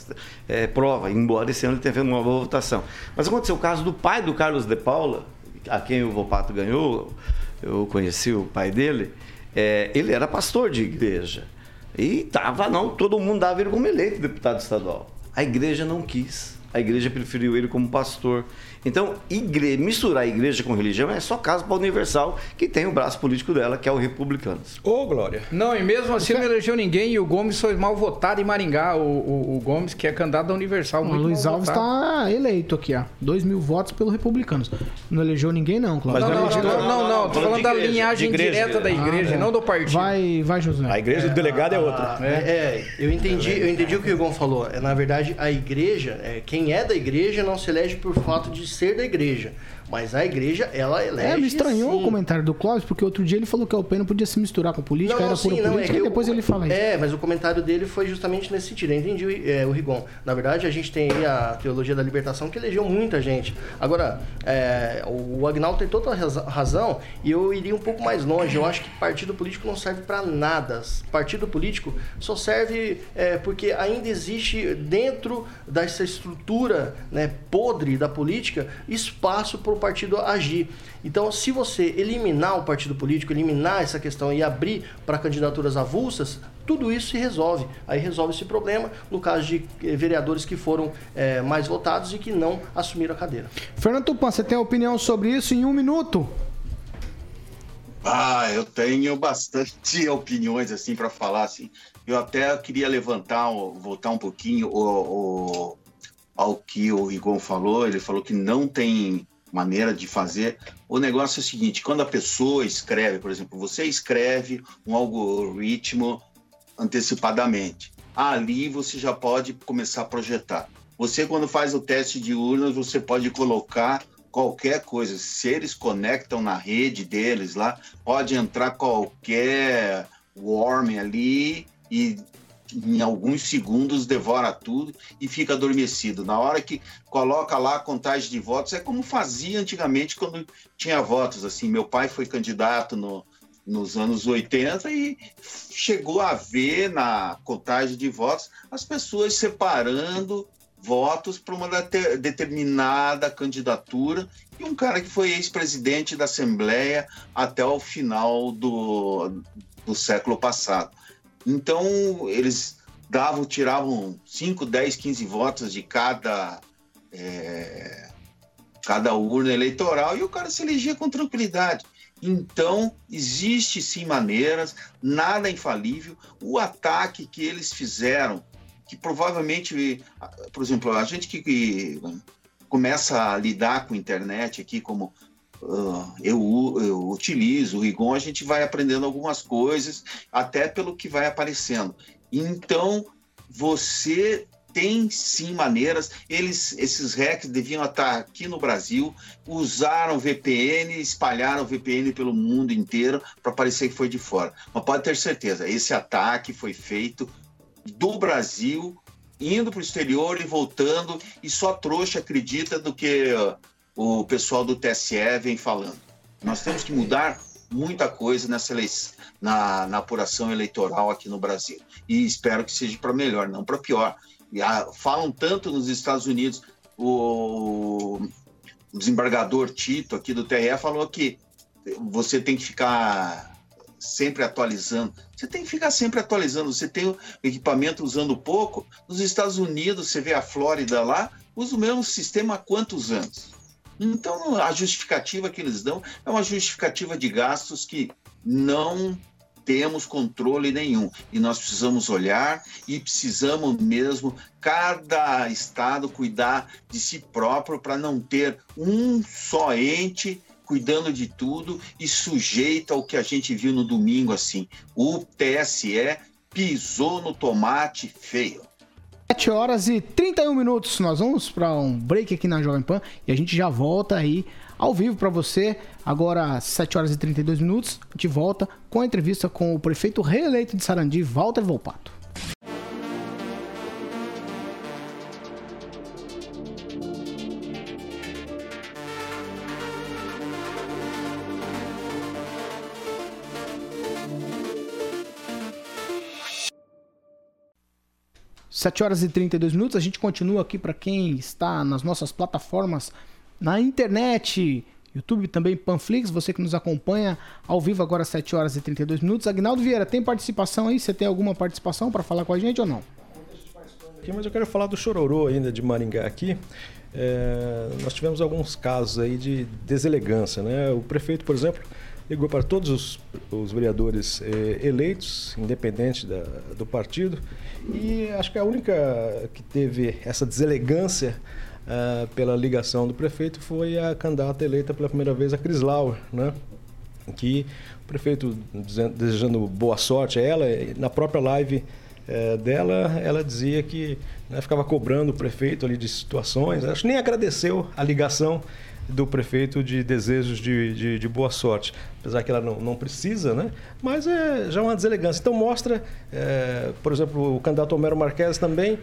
é, prova, embora esse ano ele tenha feito uma boa votação. Mas aconteceu o caso do pai do Carlos de Paula, a quem o Volpato ganhou, eu conheci o pai dele, é, ele era pastor de igreja. E estava, não, todo mundo dava ele como eleito deputado estadual. A igreja não quis, a igreja preferiu ele como pastor. Então, igreja, misturar a igreja com religião é só caso para a Universal, que tem o braço político dela, que é o Republicanos. Ô, Glória! Não, e mesmo assim não elegeu ninguém, e o Gomes foi mal votado em Maringá, o, o, o Gomes, que é candidato da Universal. O Luiz Alves está eleito aqui, ó. Dois mil votos pelo Republicanos. Não elegeu ninguém, não, Cláudio. Não, não, não, não, não, não, tô falando da igreja, linhagem direta da igreja, ah, não do partido. Vai, vai, José. A igreja do delegado é outra. É, é eu entendi, eu entendi o que o Igor falou. Na verdade, a igreja, é, quem é da igreja não se elege por fato de ser da igreja. Mas a igreja, ela elege. É, me estranhou sim. o comentário do Cláudio, porque outro dia ele falou que a U P não podia se misturar com política, não, era sim, pura não, política, é e depois eu, ele fala isso. É, mas o comentário dele foi justamente nesse sentido. Eu entendi é, o Rigon. Na verdade, a gente tem aí a teologia da libertação que elegeu muita gente. Agora, é, o Agnaldo tem toda a razão e eu iria um pouco mais longe. Eu acho que partido político não serve para nada. Partido político só serve é, porque ainda existe dentro dessa estrutura, né, podre da política espaço para o partido agir. Então, se você eliminar o partido político, eliminar essa questão e abrir para candidaturas avulsas, tudo isso se resolve. Aí resolve esse problema no caso de vereadores que foram é, mais votados e que não assumiram a cadeira. Fernando Tupan, você tem opinião sobre isso em um minuto? Ah, eu tenho bastante opiniões assim para falar. Assim. Eu até queria levantar, voltar um pouquinho o, o, ao que o Rigon falou. Ele falou que não tem maneira de fazer. O negócio é o seguinte, quando a pessoa escreve, por exemplo, você escreve um algoritmo antecipadamente. Ali você já pode começar a projetar. Você, quando faz o teste de urnas, você pode colocar qualquer coisa. Se eles conectam na rede deles lá, pode entrar qualquer worm ali e em alguns segundos devora tudo e fica adormecido. Na hora que coloca lá a contagem de votos, é como fazia antigamente quando tinha votos. Assim, meu pai foi candidato no, nos anos oitenta e chegou a ver na contagem de votos as pessoas separando votos para uma de- determinada candidatura e um cara que foi ex-presidente da Assembleia até o final do, do século passado. Então, eles davam, tiravam cinco, dez, quinze votos de cada, é, cada urna eleitoral e o cara se elegia com tranquilidade. Então, existe sim maneiras, nada infalível. O ataque que eles fizeram, que provavelmente, por exemplo, a gente que, que começa a lidar com a internet aqui, como uh, eu, eu utilizo o Rigon, a gente vai aprendendo algumas coisas, até pelo que vai aparecendo. Então, você tem sim maneiras, eles, esses hacks deviam estar aqui no Brasil, usaram V P N, espalharam V P N pelo mundo inteiro para parecer que foi de fora. Mas pode ter certeza, esse ataque foi feito do Brasil, indo para o exterior e voltando, e só trouxa acredita do que o pessoal do T S E vem falando. Nós temos que mudar muita coisa nessa eleição, na, na apuração eleitoral aqui no Brasil. E espero que seja para melhor, não para pior. E a, falam tanto nos Estados Unidos, o, o desembargador Tito, aqui do T R E, falou que você tem que ficar sempre atualizando. Você tem que ficar sempre atualizando. Você tem o equipamento usando pouco. Nos Estados Unidos, você vê a Flórida lá, usa o mesmo sistema há quantos anos? Então, a justificativa que eles dão é uma justificativa de gastos que não temos controle nenhum. E nós precisamos olhar e precisamos mesmo, cada estado, cuidar de si próprio para não ter um só ente cuidando de tudo e sujeito ao que a gente viu no domingo, assim. O T S E pisou no tomate feio. sete horas e trinta e um minutos. Nós vamos para um break aqui na Jovem Pan e a gente já volta aí ao vivo para você. Agora, sete horas e trinta e dois minutos, a gente volta com a entrevista com o prefeito reeleito de Sarandi, Walter Volpato. sete horas e trinta e dois minutos, a gente continua aqui para quem está nas nossas plataformas na internet, YouTube também, Panflix, você que nos acompanha ao vivo agora às sete horas e trinta e dois minutos. Aguinaldo Vieira, tem participação aí? Você tem alguma participação para falar com a gente ou não? Aqui, mas eu quero falar do Chororô ainda de Maringá aqui. É, nós tivemos alguns casos aí de deselegância, né? O prefeito, por exemplo, ligou para todos os, os vereadores eh, eleitos, independente da, do partido, e acho que a única que teve essa deselegância uh, pela ligação do prefeito foi a candidata eleita pela primeira vez, a Cris Lauer, né? Que o prefeito dizendo, desejando boa sorte a ela, na própria live eh, dela, ela dizia que, né, ficava cobrando o prefeito ali de situações, acho que nem agradeceu a ligação do prefeito de desejos de, de, de boa sorte, apesar que ela não, não precisa, né? Mas é já uma deselegância. Então mostra, é, por exemplo, o candidato Homero Marques também,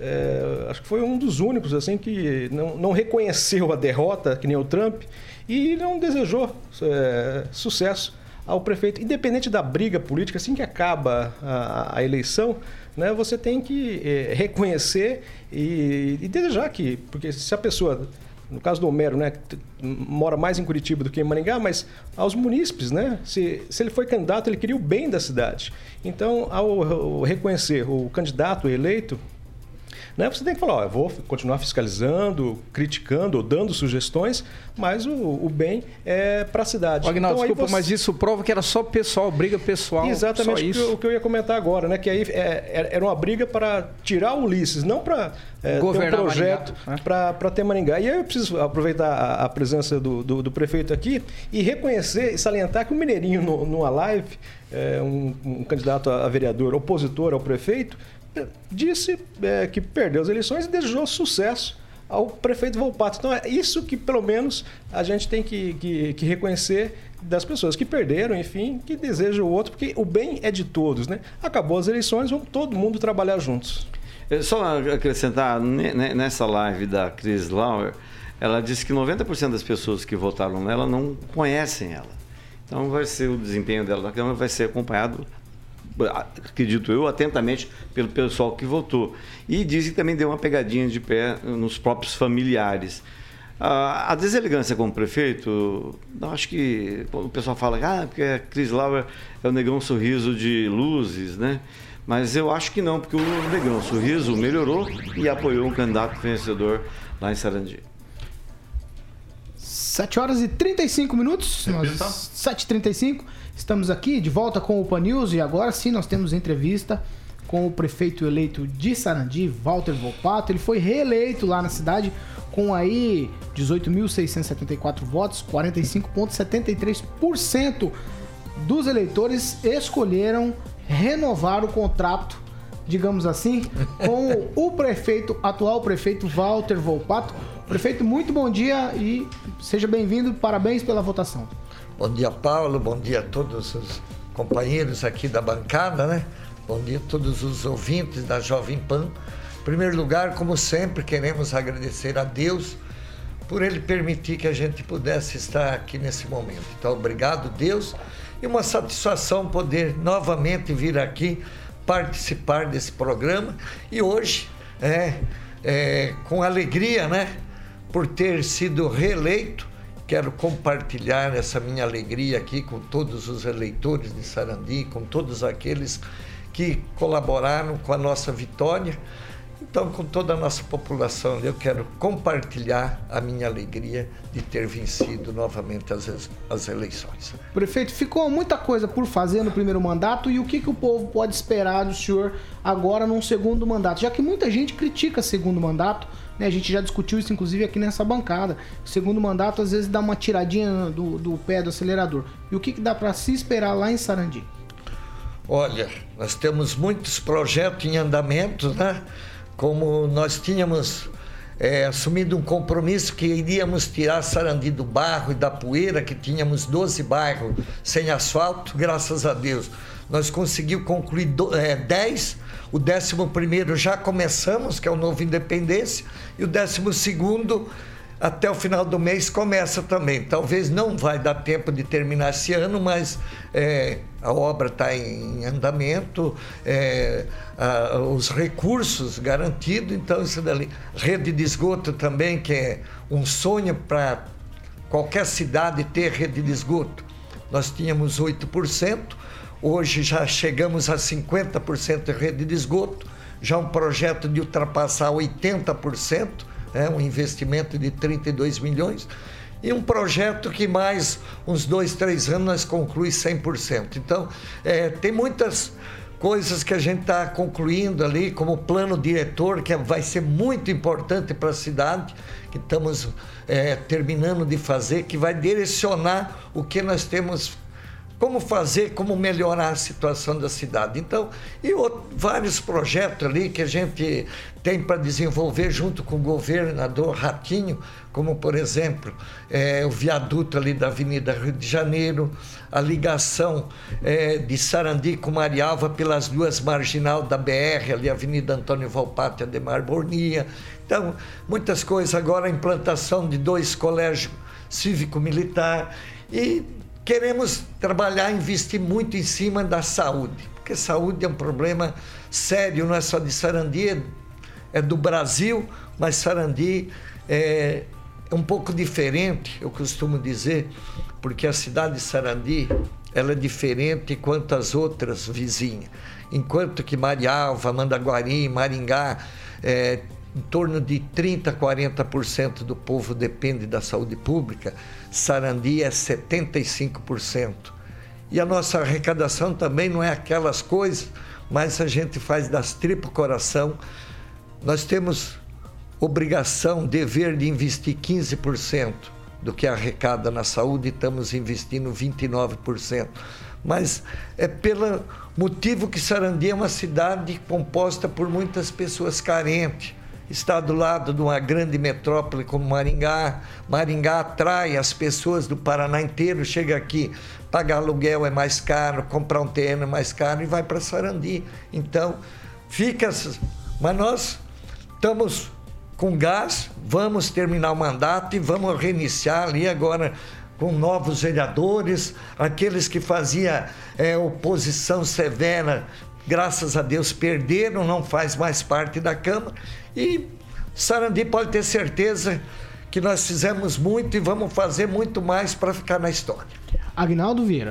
é, acho que foi um dos únicos assim que não, não reconheceu a derrota, que nem o Trump, e não desejou é, sucesso ao prefeito, independente da briga política. Assim que acaba a, a eleição, né, você tem que é, reconhecer e, e desejar que, porque se a pessoa, no caso do Homero, né, mora mais em Curitiba do que em Maringá, mas aos munícipes, né, se, se ele foi candidato, ele queria o bem da cidade. Então, ao, ao reconhecer o candidato eleito, né, você tem que falar, ó, eu vou continuar fiscalizando, criticando ou dando sugestões, mas o, o bem é para a cidade. Aguinaldo, então, desculpa, você... mas isso prova que era só pessoal, briga pessoal. Exatamente só o, isso. que, o que eu ia comentar agora, né? Que aí é, era uma briga para tirar o Ulisses, não para é, ter um projeto para né? ter Maringá. E aí eu preciso aproveitar a, a presença do, do, do prefeito aqui e reconhecer e salientar que o Mineirinho, no, numa live, é, um, um candidato a vereador opositor ao prefeito, disse é, que perdeu as eleições e desejou sucesso ao prefeito Volpato. Então é isso que pelo menos a gente tem que, que, que reconhecer das pessoas que perderam, enfim, que desejam o outro, porque o bem é de todos, né? Acabou as eleições, vamos todo mundo trabalhar juntos. Só acrescentar, nessa live da Cris Lauer, ela disse que noventa por cento das pessoas que votaram nela não conhecem ela. Então vai ser o desempenho dela na Câmara, vai ser acompanhado, acredito eu, atentamente pelo pessoal que votou. E dizem que também deu uma pegadinha de pé nos próprios familiares. A deselegância como prefeito, eu acho que o pessoal fala ah, porque a Cris Lauer é o Negão Sorriso de luzes, né? Mas eu acho que não, porque o Negão Sorriso melhorou e apoiou um candidato vencedor lá em Sarandi. sete horas e trinta e cinco minutos, nós, sete e trinta e cinco, estamos aqui de volta com o Pan News e agora sim nós temos entrevista com o prefeito eleito de Sarandi, Walter Volpato. Ele foi reeleito lá na cidade com aí dezoito mil seiscentos e setenta e quatro votos, quarenta e cinco vírgula setenta e três por cento dos eleitores escolheram renovar o contrato, digamos assim, com o prefeito, atual prefeito Walter Volpato. Prefeito, muito bom dia e seja bem-vindo, parabéns pela votação. Bom dia, Paulo, bom dia a todos os companheiros aqui da bancada, né? Bom dia a todos os ouvintes da Jovem Pan. Em primeiro lugar, como sempre, queremos agradecer a Deus por Ele permitir que a gente pudesse estar aqui nesse momento. Então, obrigado, Deus, e uma satisfação poder novamente vir aqui participar desse programa. E hoje, é, é, com alegria, né, por ter sido reeleito, quero compartilhar essa minha alegria aqui com todos os eleitores de Sarandi, com todos aqueles que colaboraram com a nossa vitória. Então, com toda a nossa população, eu quero compartilhar a minha alegria de ter vencido novamente as, as eleições. Prefeito, ficou muita coisa por fazer no primeiro mandato e o que, que o povo pode esperar do senhor agora num segundo mandato? Já que muita gente critica segundo mandato, né? A gente já discutiu isso inclusive aqui nessa bancada. O segundo mandato às vezes dá uma tiradinha do, do pé do acelerador. E o que, que dá para se esperar lá em Sarandi? Olha, nós temos muitos projetos em andamento, né? Como nós tínhamos é, assumido um compromisso que iríamos tirar Sarandi do barro e da poeira, que tínhamos doze bairros sem asfalto, graças a Deus. Nós conseguimos concluir do, é, dez, o décimo primeiro já começamos, que é o Novo Independência, e o décimo segundo até o final do mês começa também. Talvez não vai dar tempo de terminar esse ano, mas é, a obra está em andamento, é, a, os recursos garantidos, então isso dali. Rede de esgoto também, que é um sonho para qualquer cidade ter rede de esgoto. Nós tínhamos oito por cento, hoje já chegamos a cinquenta por cento de rede de esgoto, já um projeto de ultrapassar oitenta por cento, é um investimento de trinta e dois milhões, e um projeto que mais uns dois, três anos nós conclui cem por cento. Então, é, tem muitas coisas que a gente está concluindo ali, como o plano diretor, que vai ser muito importante para a cidade, que estamos é, terminando de fazer, que vai direcionar o que nós temos, como fazer, como melhorar a situação da cidade. Então, e outro, vários projetos ali que a gente tem para desenvolver junto com o governador Ratinho, como, por exemplo, é, o viaduto ali da Avenida Rio de Janeiro, a ligação é, de Sarandi com Marialva pelas duas marginal da B R, ali a Avenida Antônio Volpato e Ademar Bornia. Então, muitas coisas. Agora a implantação de dois colégios cívico-militar e queremos trabalhar, investir muito em cima da saúde, porque saúde é um problema sério, não é só de Sarandi, é do Brasil, mas Sarandi é um pouco diferente, eu costumo dizer, porque a cidade de Sarandi, ela é diferente quanto as outras vizinhas. Enquanto que Marialva, Mandaguari, Maringá, é, em torno de trinta, quarenta por cento do povo depende da saúde pública, Sarandi é setenta e cinco por cento. E a nossa arrecadação também não é aquelas coisas, mas a gente faz das tripas coração. Nós temos obrigação, dever de investir quinze por cento do que arrecada na saúde e estamos investindo vinte e nove por cento. Mas é pelo motivo que Sarandi é uma cidade composta por muitas pessoas carentes. Está do lado de uma grande metrópole como Maringá. Maringá atrai as pessoas do Paraná inteiro, chega aqui, pagar aluguel é mais caro, comprar um terreno é mais caro e vai para Sarandi. Então, fica... Mas nós estamos com gás, vamos terminar o mandato e vamos reiniciar ali agora com novos vereadores, aqueles que faziam é, oposição severa, graças a Deus perderam, não faz mais parte da Câmara. E Sarandi pode ter certeza que nós fizemos muito e vamos fazer muito mais para ficar na história. Aguinaldo Vieira.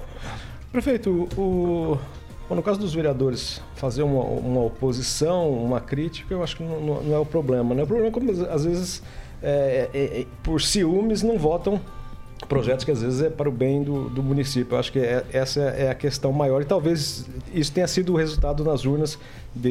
Prefeito, o, no caso dos vereadores fazer uma, uma oposição, uma crítica, eu acho que não, não é o problema, né? O problema é como às vezes, é, é, é, por ciúmes, não votam projetos que às vezes é para o bem do, do município. Eu acho que é, essa é a questão maior e talvez isso tenha sido o resultado nas urnas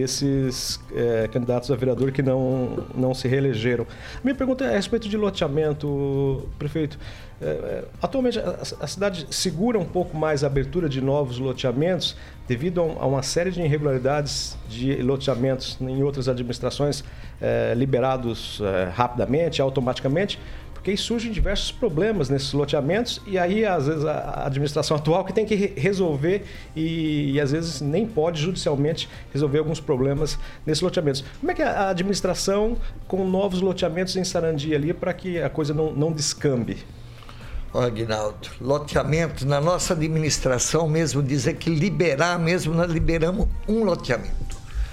desses é, candidatos a vereador que não, não se reelegeram. Minha pergunta é a respeito de loteamento, prefeito. É, atualmente a, a cidade segura um pouco mais a abertura de novos loteamentos devido a, a uma série de irregularidades de loteamentos em outras administrações é, liberados é, rapidamente, automaticamente, porque aí surgem diversos problemas nesses loteamentos e aí às vezes a administração atual que tem que re resolver e, e às vezes nem pode judicialmente resolver alguns problemas nesses loteamentos. Como é que a administração com novos loteamentos em Sarandi ali para que a coisa não, não descambe? Olha, Aguinaldo, loteamento, na nossa administração mesmo, dizer que liberar mesmo, nós liberamos um loteamento.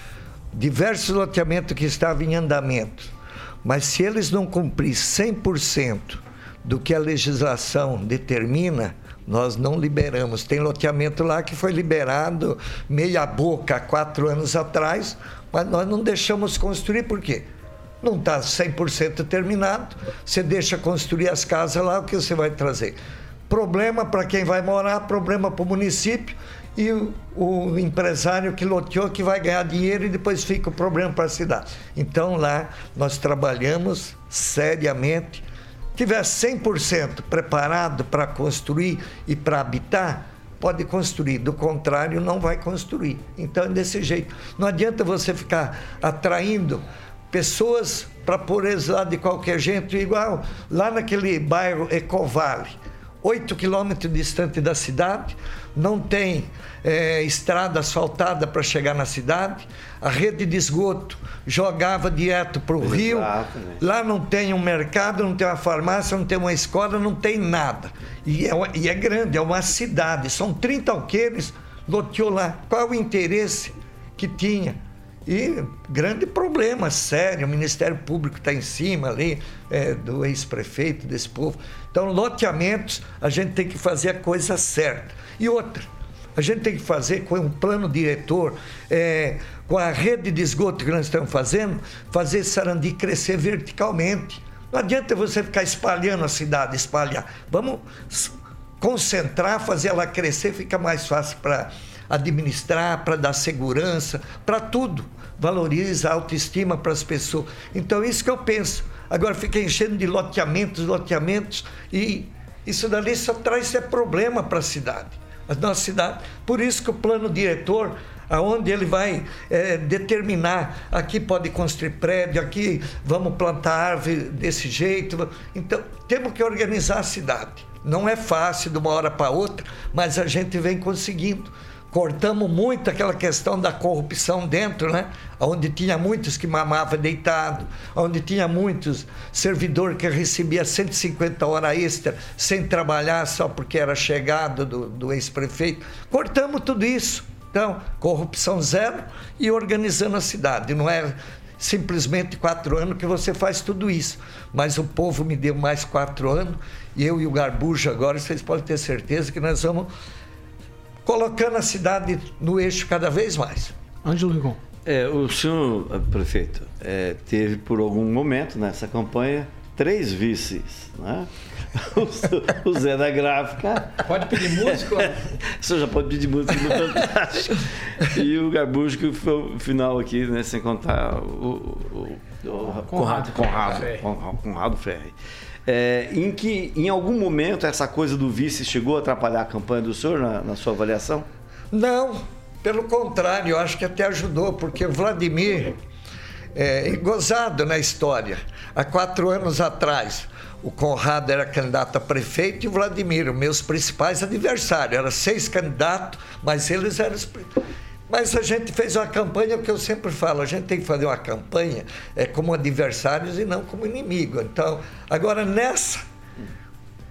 Diversos loteamentos que estavam em andamento. Mas se eles não cumprem cem por cento do que a legislação determina, nós não liberamos. Tem loteamento lá que foi liberado meia boca há quatro anos atrás, mas nós não deixamos construir, por quê? Não está cem por cento terminado, você deixa construir as casas lá, o que você vai trazer? Problema para quem vai morar, problema para o município e o, o empresário que loteou que vai ganhar dinheiro e depois fica o problema para a cidade. Então lá nós trabalhamos seriamente, tiver cem por cento preparado para construir e para habitar, pode construir, do contrário não vai construir. Então é desse jeito. Não adianta você ficar atraindo pessoas para pôr eles lá de qualquer jeito, igual lá naquele bairro Ecovale, oito quilômetros distante da cidade, não tem é, estrada asfaltada para chegar na cidade, a rede de esgoto jogava direto para o rio, lá não tem um mercado, não tem uma farmácia, não tem uma escola, não tem nada. E é, e é grande, é uma cidade, são trinta alqueires, loteou lá. Qual é o interesse que tinha? E grande problema, sério, o Ministério Público está em cima ali, é, do ex-prefeito, desse povo. Então, loteamentos, a gente tem que fazer a coisa certa. E outra, a gente tem que fazer com um plano diretor, é, com a rede de esgoto que nós estamos fazendo, fazer Sarandi crescer verticalmente. Não adianta você ficar espalhando a cidade, espalhar. Vamos concentrar, fazer ela crescer, fica mais fácil para administrar, para dar segurança, para tudo. Valoriza a autoestima para as pessoas. Então, isso que eu penso. Agora fica enchendo de loteamentos, loteamentos, e isso dali só traz é problema para a cidade. A nossa cidade. Por isso que o plano diretor, aonde ele vai é, determinar, aqui pode construir prédio, aqui vamos plantar árvore desse jeito. Então, temos que organizar a cidade. Não é fácil de uma hora para outra, mas a gente vem conseguindo. Cortamos muito aquela questão da corrupção dentro, né? Onde tinha muitos que mamavam deitado, onde tinha muitos servidores que recebia cento e cinquenta horas extra sem trabalhar só porque era chegado do, do ex-prefeito. Cortamos tudo isso. Então, corrupção zero e organizando a cidade. Não é simplesmente quatro anos que você faz tudo isso. Mas o povo me deu mais quatro anos e eu e o Garbujo agora, vocês podem ter certeza que nós vamos colocando a cidade no eixo cada vez mais. Ângelo Rigon. É, o senhor, prefeito, é, teve por algum momento nessa campanha três vices, né? O, o Zé da Gráfica. Pode pedir música? O senhor já pode pedir música no Fantástico. E o Garbujo, que foi o final aqui, né? Sem contar o, o, o Conrado, Conrado, Conrado, Conrado Ferri. É, em que, em algum momento, essa coisa do vice chegou a atrapalhar a campanha do senhor, na, na sua avaliação? Não, pelo contrário, eu acho que até ajudou, porque o Vladimir, é, gozado na história, há quatro anos atrás, o Conrado era candidato a prefeito e o Vladimir, meus principais adversários, eram seis candidatos, mas eles eram os... Mas a gente fez uma campanha, que eu sempre falo, a gente tem que fazer uma campanha é, como adversários e não como inimigo. Então, agora nessa,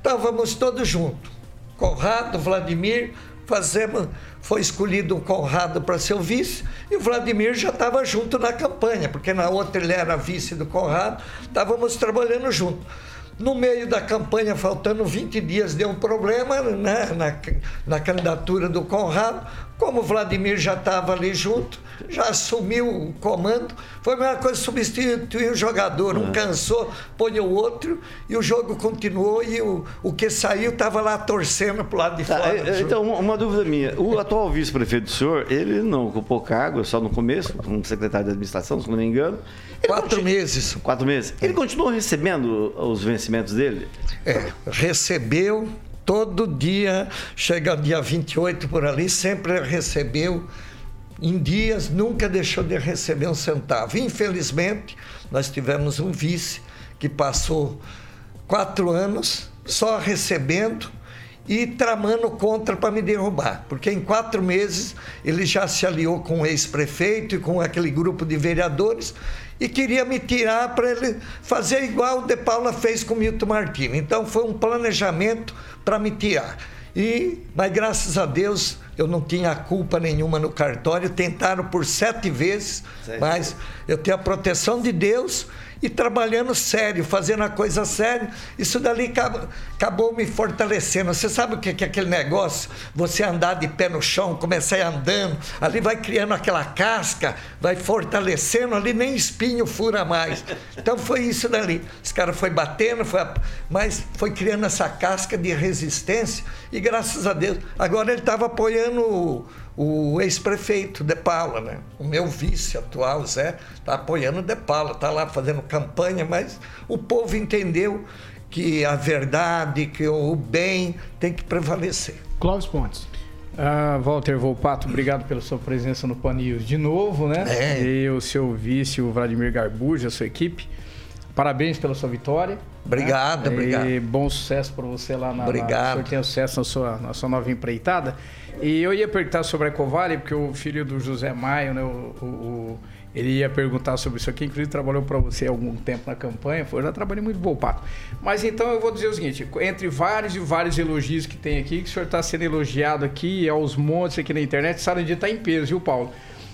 estávamos todos juntos. Conrado, Vladimir, fazemos, foi escolhido o Conrado para ser o vice, e o Vladimir já estava junto na campanha, porque na outra ele era vice do Conrado, estávamos trabalhando junto. No meio da campanha, faltando vinte dias, deu um problema, né, na, na candidatura do Conrado. Como o Vladimir já estava ali junto, já assumiu o comando, foi a mesma coisa substituir o jogador. Um cansou, põe o outro, e o jogo continuou, e o, o que saiu estava lá torcendo para o lado de tá, fora. É, então, uma dúvida minha. O atual vice-prefeito do senhor, ele não ocupou cargo, só no começo, como secretário de administração, se não me engano. Ele Quatro continu... meses. Quatro meses. Ele continuou recebendo os vencimentos dele? É, recebeu todo dia, chega dia vinte e oito por ali, sempre recebeu em dias, nunca deixou de receber um centavo. Infelizmente, nós tivemos um vice que passou quatro anos só recebendo e tramando contra para me derrubar, porque em quatro meses ele já se aliou com o ex-prefeito e com aquele grupo de vereadores e queria me tirar para ele fazer igual o De Paula fez com o Milton Martins. Então foi um planejamento para me tirar. E, mas graças a Deus eu não tinha culpa nenhuma no cartório, tentaram por sete vezes, Sério? mas eu tenho a proteção de Deus e trabalhando sério, fazendo a coisa séria, isso dali acabou, acabou me fortalecendo. Você sabe o que é aquele negócio? Você andar de pé no chão, começar andando, ali vai criando aquela casca, vai fortalecendo, ali nem espinho fura mais. Então foi isso dali. Os caras foi batendo, foi, mas foi criando essa casca de resistência e graças a Deus. Agora ele estava apoiando o, o ex-prefeito De Paula, né? O meu vice atual, Zé, está apoiando o De Paula, está lá fazendo campanha, mas o povo entendeu que a verdade, que o bem tem que prevalecer. Clóvis Pontes. Ah, Walter Volpato, obrigado pela sua presença no Pan News de novo, né? É. E o seu vice, o Vladimir Garbuja, a sua equipe. Parabéns pela sua vitória. Obrigado, né? obrigado. E bom sucesso para você lá na... Obrigado. Na, o senhor tenha sucesso na sua, na sua nova empreitada. E eu ia perguntar sobre a Ecovale, porque o filho do José Maio, né, o, o, o, ele ia perguntar sobre isso aqui, inclusive trabalhou para você há algum tempo na campanha, foi, eu já trabalhei muito Volpato. Mas então eu vou dizer o seguinte, entre vários e vários elogios que tem aqui, que o senhor está sendo elogiado aqui, aos montes aqui na internet, Sarandi está em peso, viu, Paulo?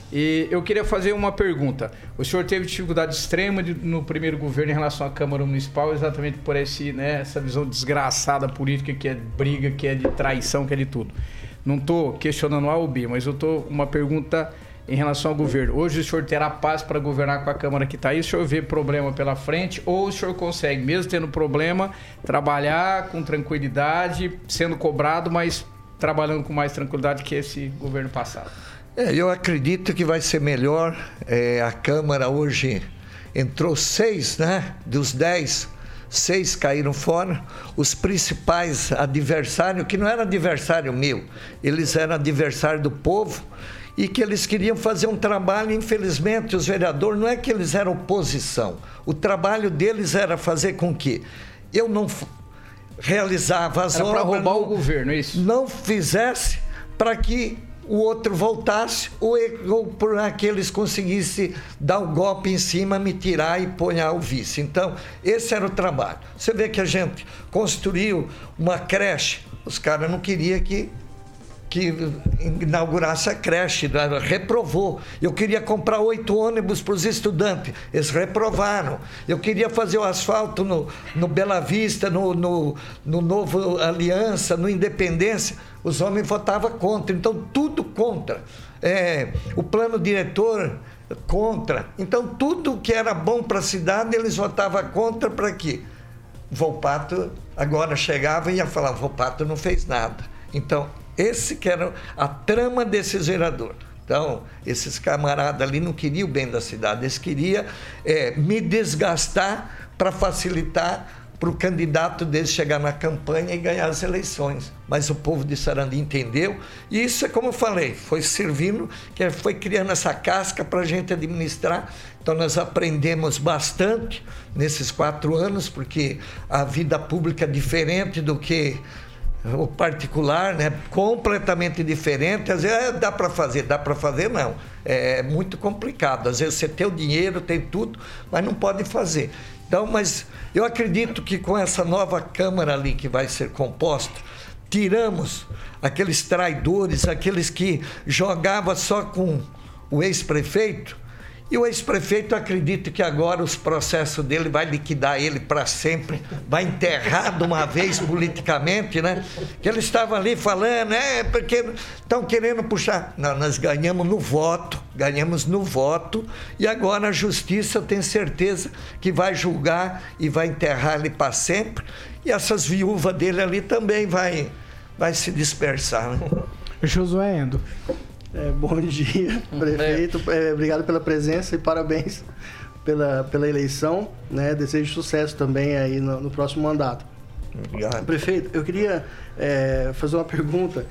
E eu queria fazer uma pergunta. O senhor teve dificuldade extrema de, no primeiro governo em relação à Câmara Municipal, exatamente por esse, né, essa visão desgraçada política, que é briga, que é de traição, que é de tudo. Não estou questionando A ou B, mas eu estou uma pergunta em relação ao governo. Hoje o senhor terá paz para governar com a Câmara que está aí? O senhor vê problema pela frente ou o senhor consegue, mesmo tendo problema, trabalhar com tranquilidade, sendo cobrado, mas trabalhando com mais tranquilidade que esse governo passado? É, eu acredito que vai ser melhor. É, a Câmara hoje entrou seis, né? Dos dez, seis caíram fora. Os principais adversários, que não era adversário meu, eles eram adversário do povo e que eles queriam fazer um trabalho. Infelizmente, os vereadores, não é que eles eram oposição. O trabalho deles era fazer com que eu não realizava as obras... Era para roubar não, o governo, é isso? Não fizesse para que o outro voltasse ou, ou para que eles conseguissem dar o golpe em cima, me tirar e pôr o vice. Então, esse era o trabalho. Você vê que a gente construiu uma creche, os caras não queriam que, que inaugurasse a creche, reprovou. Eu queria comprar oito ônibus para os estudantes, eles reprovaram. Eu queria fazer o asfalto no, no Bela Vista, no, no, no Novo Aliança, no Independência, os homens votavam contra, então tudo contra. É, o plano diretor contra. Então tudo que era bom para a cidade, eles votavam contra. Para quê? Volpato agora chegava e ia falar, Volpato não fez nada. Então, esse que era a trama desses vereadores. Então, esses camaradas ali não queriam o bem da cidade, eles queriam é, me desgastar para facilitar para o candidato deles chegar na campanha e ganhar as eleições. Mas o povo de Sarandi entendeu, e isso é como eu falei, foi servindo, que foi criando essa casca para a gente administrar. Então nós aprendemos bastante nesses quatro anos, porque a vida pública é diferente do que o particular, né? Completamente diferente. Às vezes é, dá para fazer, dá para fazer, não. É muito complicado. Às vezes você tem o dinheiro, tem tudo, mas não pode fazer. Então, mas eu acredito que com essa nova Câmara ali que vai ser composta, tiramos aqueles traidores, aqueles que jogavam só com o ex-prefeito. E o ex-prefeito acredita que agora os processos dele vai liquidar ele para sempre, vai enterrar de uma vez politicamente, né? Que eles estavam ali falando, é, porque estão querendo puxar. Não, nós ganhamos no voto, ganhamos no voto, e agora a justiça, eu tenho certeza que vai julgar e vai enterrar ele para sempre, e essas viúvas dele ali também vai, vai se dispersar, né? Josué Endo. É, bom dia, prefeito. É, obrigado pela presença e parabéns pela, pela eleição. Né? Desejo sucesso também aí no, no próximo mandato. Obrigado. Prefeito, eu queria é, fazer uma pergunta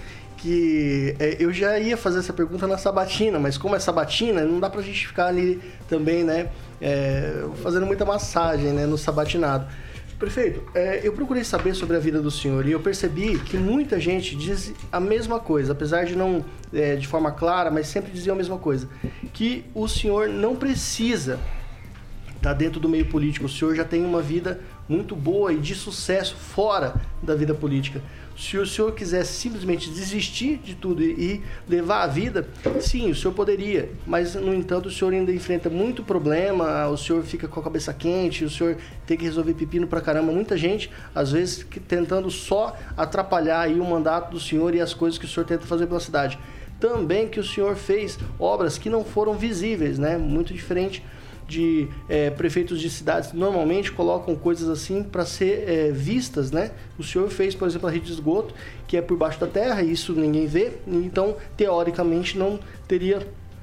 que é, eu já ia fazer essa pergunta na sabatina, mas como é sabatina, não dá pra gente ficar ali também, né, é, fazendo muita massagem, né, no sabatinado. Prefeito, é, eu procurei saber sobre a vida do senhor e eu percebi que muita gente diz a mesma coisa, apesar de não é, de forma clara, mas sempre diziam a mesma coisa, que o senhor não precisa estar dentro do meio político, o senhor já tem uma vida muito boa e de sucesso fora da vida política. Se o senhor quisesse simplesmente desistir de tudo e levar a vida, sim, o senhor poderia. Mas, no entanto, o senhor ainda enfrenta muito problema, o senhor fica com a cabeça quente, o senhor tem que resolver pepino pra caramba. Muita gente, às vezes, que, tentando só atrapalhar aí o mandato do senhor e as coisas que o senhor tenta fazer pela cidade. Também que o senhor fez obras que não foram visíveis, né? Muito diferente de é, prefeitos de cidades normalmente colocam coisas assim para ser é, vistas, né? O senhor fez, por exemplo, a rede de esgoto, que é por baixo da terra, e isso ninguém vê, então, teoricamente, não teria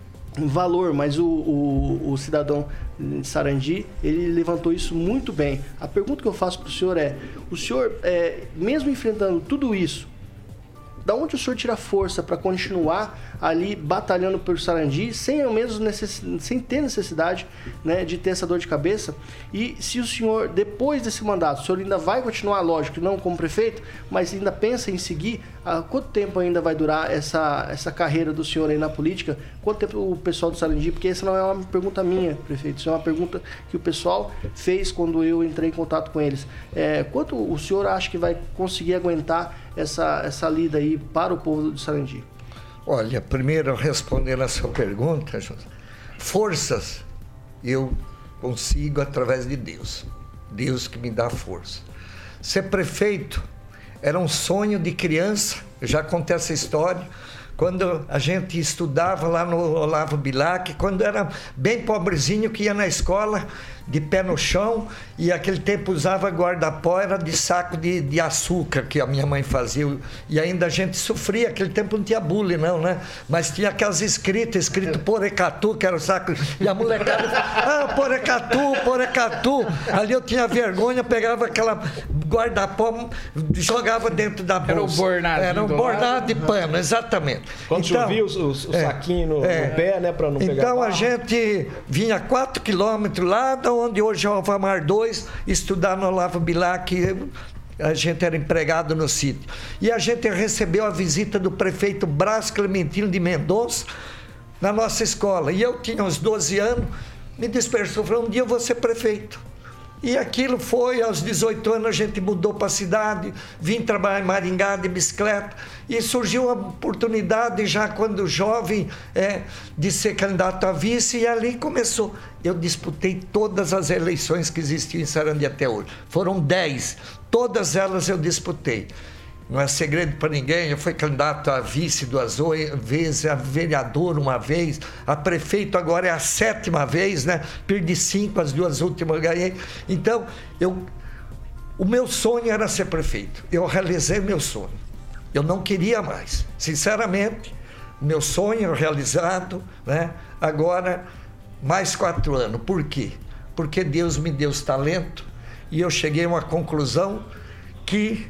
valor, mas o, o, o cidadão de Sarandi, ele levantou isso muito bem. A pergunta que eu faço para o senhor é, o senhor, é, mesmo enfrentando tudo isso, da onde o senhor tira força para continuar ali batalhando por Sarandi, sem ao menos necess... sem ter necessidade, né, de ter essa dor de cabeça? E se o senhor, depois desse mandato, o senhor ainda vai continuar, lógico, não como prefeito, mas ainda pensa em seguir, há quanto tempo ainda vai durar essa, essa carreira do senhor aí na política? Quanto tempo o pessoal do Sarandi? Porque essa não é uma pergunta minha, prefeito, isso é uma pergunta que o pessoal fez quando eu entrei em contato com eles. É, quanto o senhor acha que vai conseguir aguentar essa, essa lida aí para o povo de Sarandi? Olha, primeiro respondendo a sua pergunta, forças eu consigo através de Deus. Deus que me dá força. Ser prefeito era um sonho de criança, eu já contei essa história, quando a gente estudava lá no Olavo Bilac, quando era bem pobrezinho, que ia na escola de pé no chão, e aquele tempo usava guarda-pó, era de saco de, de açúcar que a minha mãe fazia, e ainda a gente sofria, aquele tempo não tinha bullying não, né? Mas tinha aquelas escritas, escrito Porecatu, que era o saco, e a molecada, ah, Porecatu, Porecatu, ali eu tinha vergonha, pegava aquela guarda-pó, jogava dentro da bolsa. Era o bornado. Era um bornado de pano, exatamente. Quando então, chovia o, o, o é, saquinho no, é, no pé, né, para não pegar Então barro. A gente vinha quatro quilômetros lá da onde hoje é o Alvamar dois, estudar no Olavo Bilac, a gente era empregado no sítio. E a gente recebeu a visita do prefeito Brás Clementino de Mendonça na nossa escola. E eu tinha uns doze anos, me dispersou, falou, um dia eu vou ser prefeito. E aquilo foi, aos dezoito anos a gente mudou para a cidade, vim trabalhar em Maringá de bicicleta, e surgiu a oportunidade já quando jovem é, de ser candidato a vice, e ali começou. Eu disputei todas as eleições que existiam em Sarandi até hoje. Foram dez, todas elas eu disputei. Não é segredo para ninguém, eu fui candidato a vice duas vezes, a vereador uma vez, a prefeito agora é a sétima vez, né? Perdi cinco, as duas últimas eu ganhei. Então, eu, o meu sonho era ser prefeito. Eu realizei meu sonho. Eu não queria mais. Sinceramente, meu sonho realizado, né? Agora, mais quatro anos. Por quê? Porque Deus me deu esse talento e eu cheguei a uma conclusão que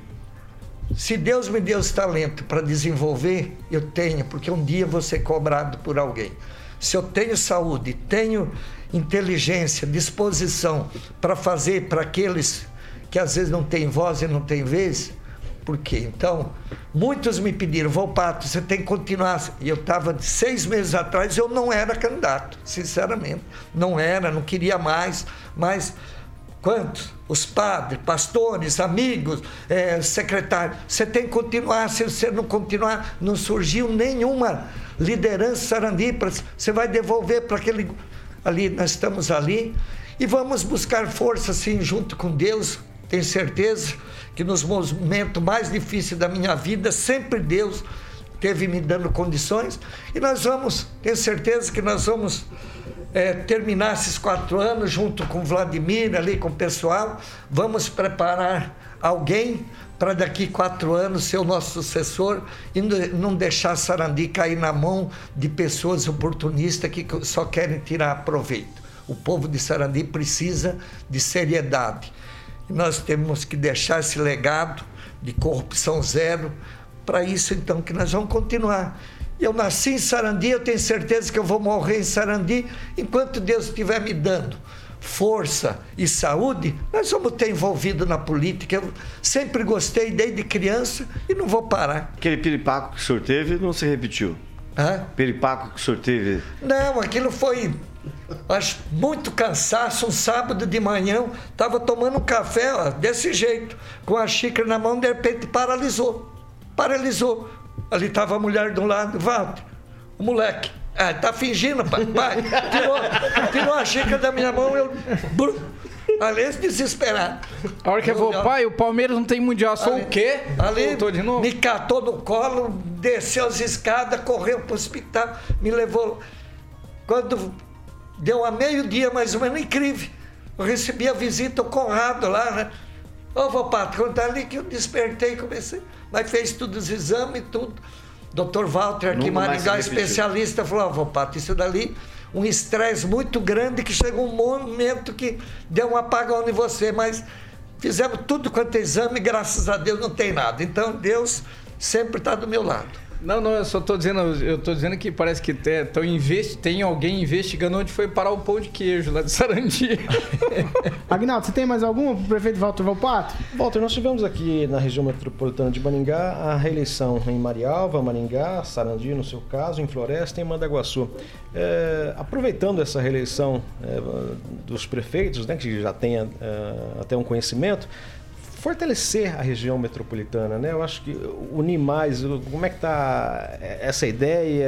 se Deus me deu esse talento para desenvolver, eu tenho, porque um dia vou ser cobrado por alguém. Se eu tenho saúde, tenho inteligência, disposição para fazer para aqueles que às vezes não têm voz e não têm vez, Por quê? Então, muitos me pediram, Volpato, você tem que continuar. E eu estava, seis meses atrás, eu não era candidato, sinceramente. Não era, não queria mais, mas quantos? Os padres, pastores, amigos, é, secretários. Você tem que continuar, se você não continuar, não surgiu nenhuma liderança Sarandi, você vai devolver para aquele... Ali, nós estamos ali e vamos buscar força, assim, junto com Deus. Tenho certeza que nos momentos mais difíceis da minha vida, sempre Deus teve me dando condições. E nós vamos, tenho certeza que nós vamos é, terminar esses quatro anos junto com o Vladimir, ali com o pessoal. Vamos preparar alguém para daqui quatro anos ser o nosso sucessor e não deixar Sarandi cair na mão de pessoas oportunistas que só querem tirar proveito. O povo de Sarandi precisa de seriedade. E nós temos que deixar esse legado de corrupção zero. Para isso, então, que nós vamos continuar. Eu nasci em Sarandi, eu tenho certeza que eu vou morrer em Sarandi. Enquanto Deus estiver me dando força e saúde, nós vamos ter envolvido na política. Eu sempre gostei desde criança e não vou parar. Aquele piripaco que o senhor teve não se repetiu? Hã? Piripaco que o senhor teve? Não, aquilo foi... Acho muito cansaço, um sábado de manhã, estava tomando um café, ó, desse jeito, com a xícara na mão, de repente paralisou. Paralisou. Ali estava a mulher do lado, Walter, o moleque. Ah, tá fingindo, pai. pai tirou, tirou a xícara da minha mão, eu. Brum, ali desesperado. A hora que eu vou, pai, o Palmeiras não tem mundial, só o quê? Ali, voltou de novo? Me catou no colo, desceu as escadas, correu para o hospital, me levou. Quando deu a meio-dia, mais ou menos, incrível. Eu recebi a visita, o Conrado lá, né? Ô, Volpato, quando tá ali que eu despertei e comecei. Mas fez todos os exames e tudo. doutor Walter aqui, Maringá, especialista, falou, ó, Volpato, isso dali, um estresse muito grande que chegou um momento que deu um apagão em você, mas fizemos tudo quanto é exame, graças a Deus não tem nada. Então, Deus sempre está do meu lado. Não, não, eu só tô dizendo, eu tô dizendo que parece que tem, tão investi, tem alguém investigando onde foi parar o pão de queijo lá de Sarandi. Agnaldo, você tem mais alguma pro prefeito Walter Volpato? Walter, nós tivemos aqui na região metropolitana de Maringá a reeleição em Marialva, Maringá, Sarandi, no seu caso, em Floresta e em Mandaguaçu. É, aproveitando essa reeleição é, dos prefeitos, né, que já tenha é, até um conhecimento, fortalecer a região metropolitana, né? Eu acho que unir mais, como é que está essa ideia,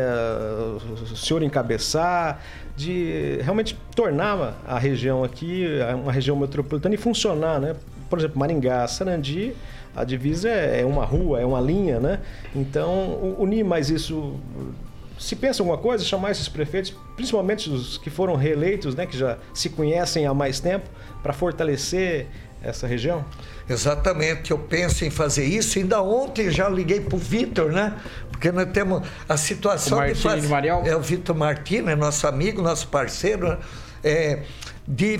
o senhor encabeçar, de realmente tornar a região aqui uma região metropolitana e funcionar, né? Por exemplo, Maringá, Sarandi, a divisa é uma rua, é uma linha, né? Então, unir mais isso. Se pensa alguma coisa, chamar esses prefeitos, principalmente os que foram reeleitos, né? Que já se conhecem há mais tempo, para fortalecer essa região? Exatamente, eu penso em fazer isso. Ainda ontem já liguei para o Vitor, né? Porque nós temos a situação o de fazer. De Marial. É o Vitor Martins, é nosso amigo, nosso parceiro, né? É, de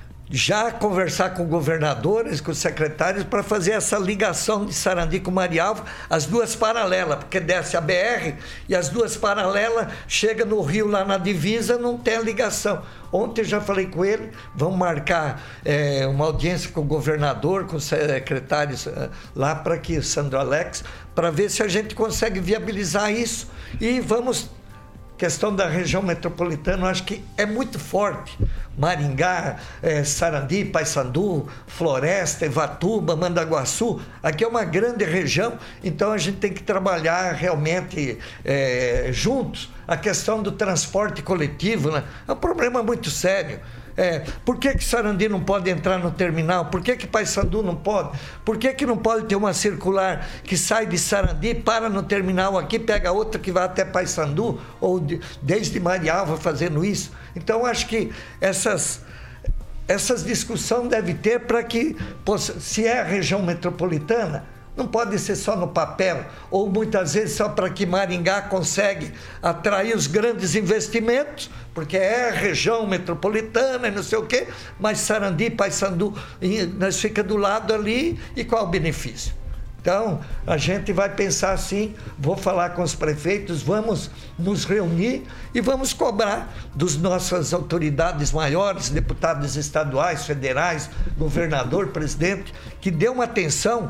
já conversar com governadores, com secretários, para fazer essa ligação de Sarandi com Marialva, as duas paralelas, porque desce a B R e as duas paralelas chega no Rio, lá na divisa, não tem a ligação. Ontem já falei com ele, vamos marcar é, uma audiência com o governador, com os secretários uh, lá para que Sandro Alex, para ver se a gente consegue viabilizar isso. E vamos, questão da região metropolitana, eu acho que é muito forte. Maringá, é, Sarandi, Paysandu, Floresta, Ivatuba, Mandaguaçu, aqui é uma grande região, então a gente tem que trabalhar realmente é, juntos. A questão do transporte coletivo, né? É um problema muito sério. É, por que que Sarandi não pode entrar no terminal? Por que que Paysandu não pode? Por que que não pode ter uma circular que sai de Sarandi, para no terminal aqui, pega outra que vai até Paysandu, ou de, desde Marialva fazendo isso? Então, acho que essas, essas discussões devem ter para que, se é a região metropolitana, não pode ser só no papel, ou muitas vezes só para que Maringá consegue atrair os grandes investimentos, porque é a região metropolitana e não sei o quê, mas Sarandi, Paysandu, nós fica do lado ali, e qual o benefício? Então, a gente vai pensar assim, vou falar com os prefeitos, vamos nos reunir e vamos cobrar das nossas autoridades maiores, deputados estaduais, federais, governador, presidente, que dê uma atenção.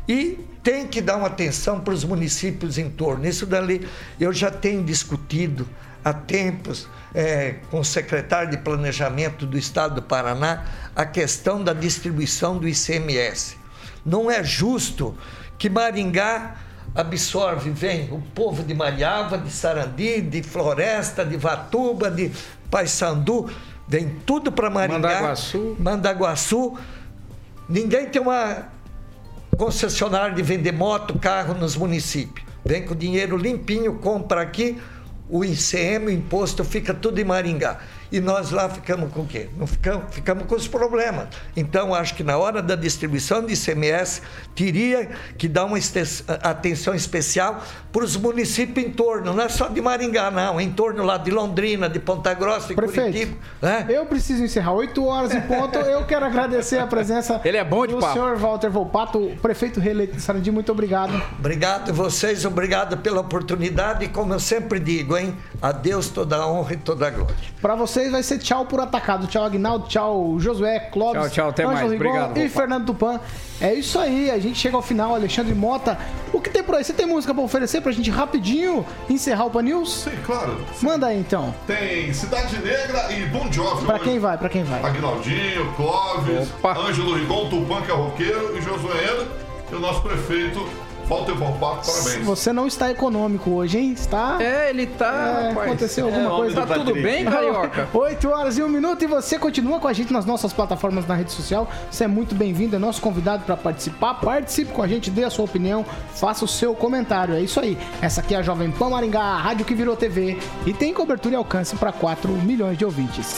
E tem que dar uma atenção para os municípios em torno. Isso dali eu já tenho discutido há tempos é, com o secretário de Planejamento do Estado do Paraná a questão da distribuição do I C M S. Não é justo que Maringá absorve, vem o povo de Mariava, de Sarandi, de Floresta, de Vatuba, de Paissandu, vem tudo para Maringá. Mandaguaçu. Mandaguaçu. Ninguém tem uma concessionária de vender moto, carro nos municípios. Vem com dinheiro limpinho, compra aqui, o I C M, o imposto, fica tudo em Maringá. E nós lá ficamos com o quê? Não ficamos, ficamos com os problemas. Então, acho que na hora da distribuição de I C M S, teria que dar uma atenção especial para os municípios em torno, não é só de Maringá, não, em torno lá de Londrina, de Ponta Grossa, de Prefeito, Curitiba. É? Eu preciso encerrar, oito horas em ponto. Eu quero agradecer a presença Ele é bom de do papo. senhor Walter Volpato, prefeito reeleito de Sarandi. Muito obrigado. Obrigado a vocês, obrigado pela oportunidade e como eu sempre digo, hein, a Deus toda a honra e toda a glória. Para vocês vai ser tchau por atacado. Tchau, Aguinaldo. Tchau, Josué, Clóvis. Tchau, tchau. Até Ângelo mais. Rigon Obrigado, e Volpato. Fernando Tupan. É isso aí. A gente chega ao final. Alexandre Mota. O que tem por aí? Você tem música para oferecer pra gente rapidinho encerrar o Pan News? Sim, claro. Manda aí, então. Tem Cidade Negra e Bon Jovi. Pra hoje. quem vai? Pra quem vai? Aguinaldinho, Clóvis, Opa. Ângelo Rigon, Tupan, que é roqueiro, e Josué Eda, e o nosso prefeito, Walter Volpato. Parabéns. Você não está econômico hoje, hein? Está... É, ele tá, É, rapaz. aconteceu alguma É, coisa? Tá tudo bem, Carioca? oito horas e um minuto e você continua com a gente nas nossas plataformas na rede social. Você é muito bem-vindo, é nosso convidado para participar. Participe com a gente, dê a sua opinião, faça o seu comentário. É isso aí. Essa aqui é a Jovem Pan Maringá, a rádio que virou T V e tem cobertura e alcance para quatro milhões de ouvintes.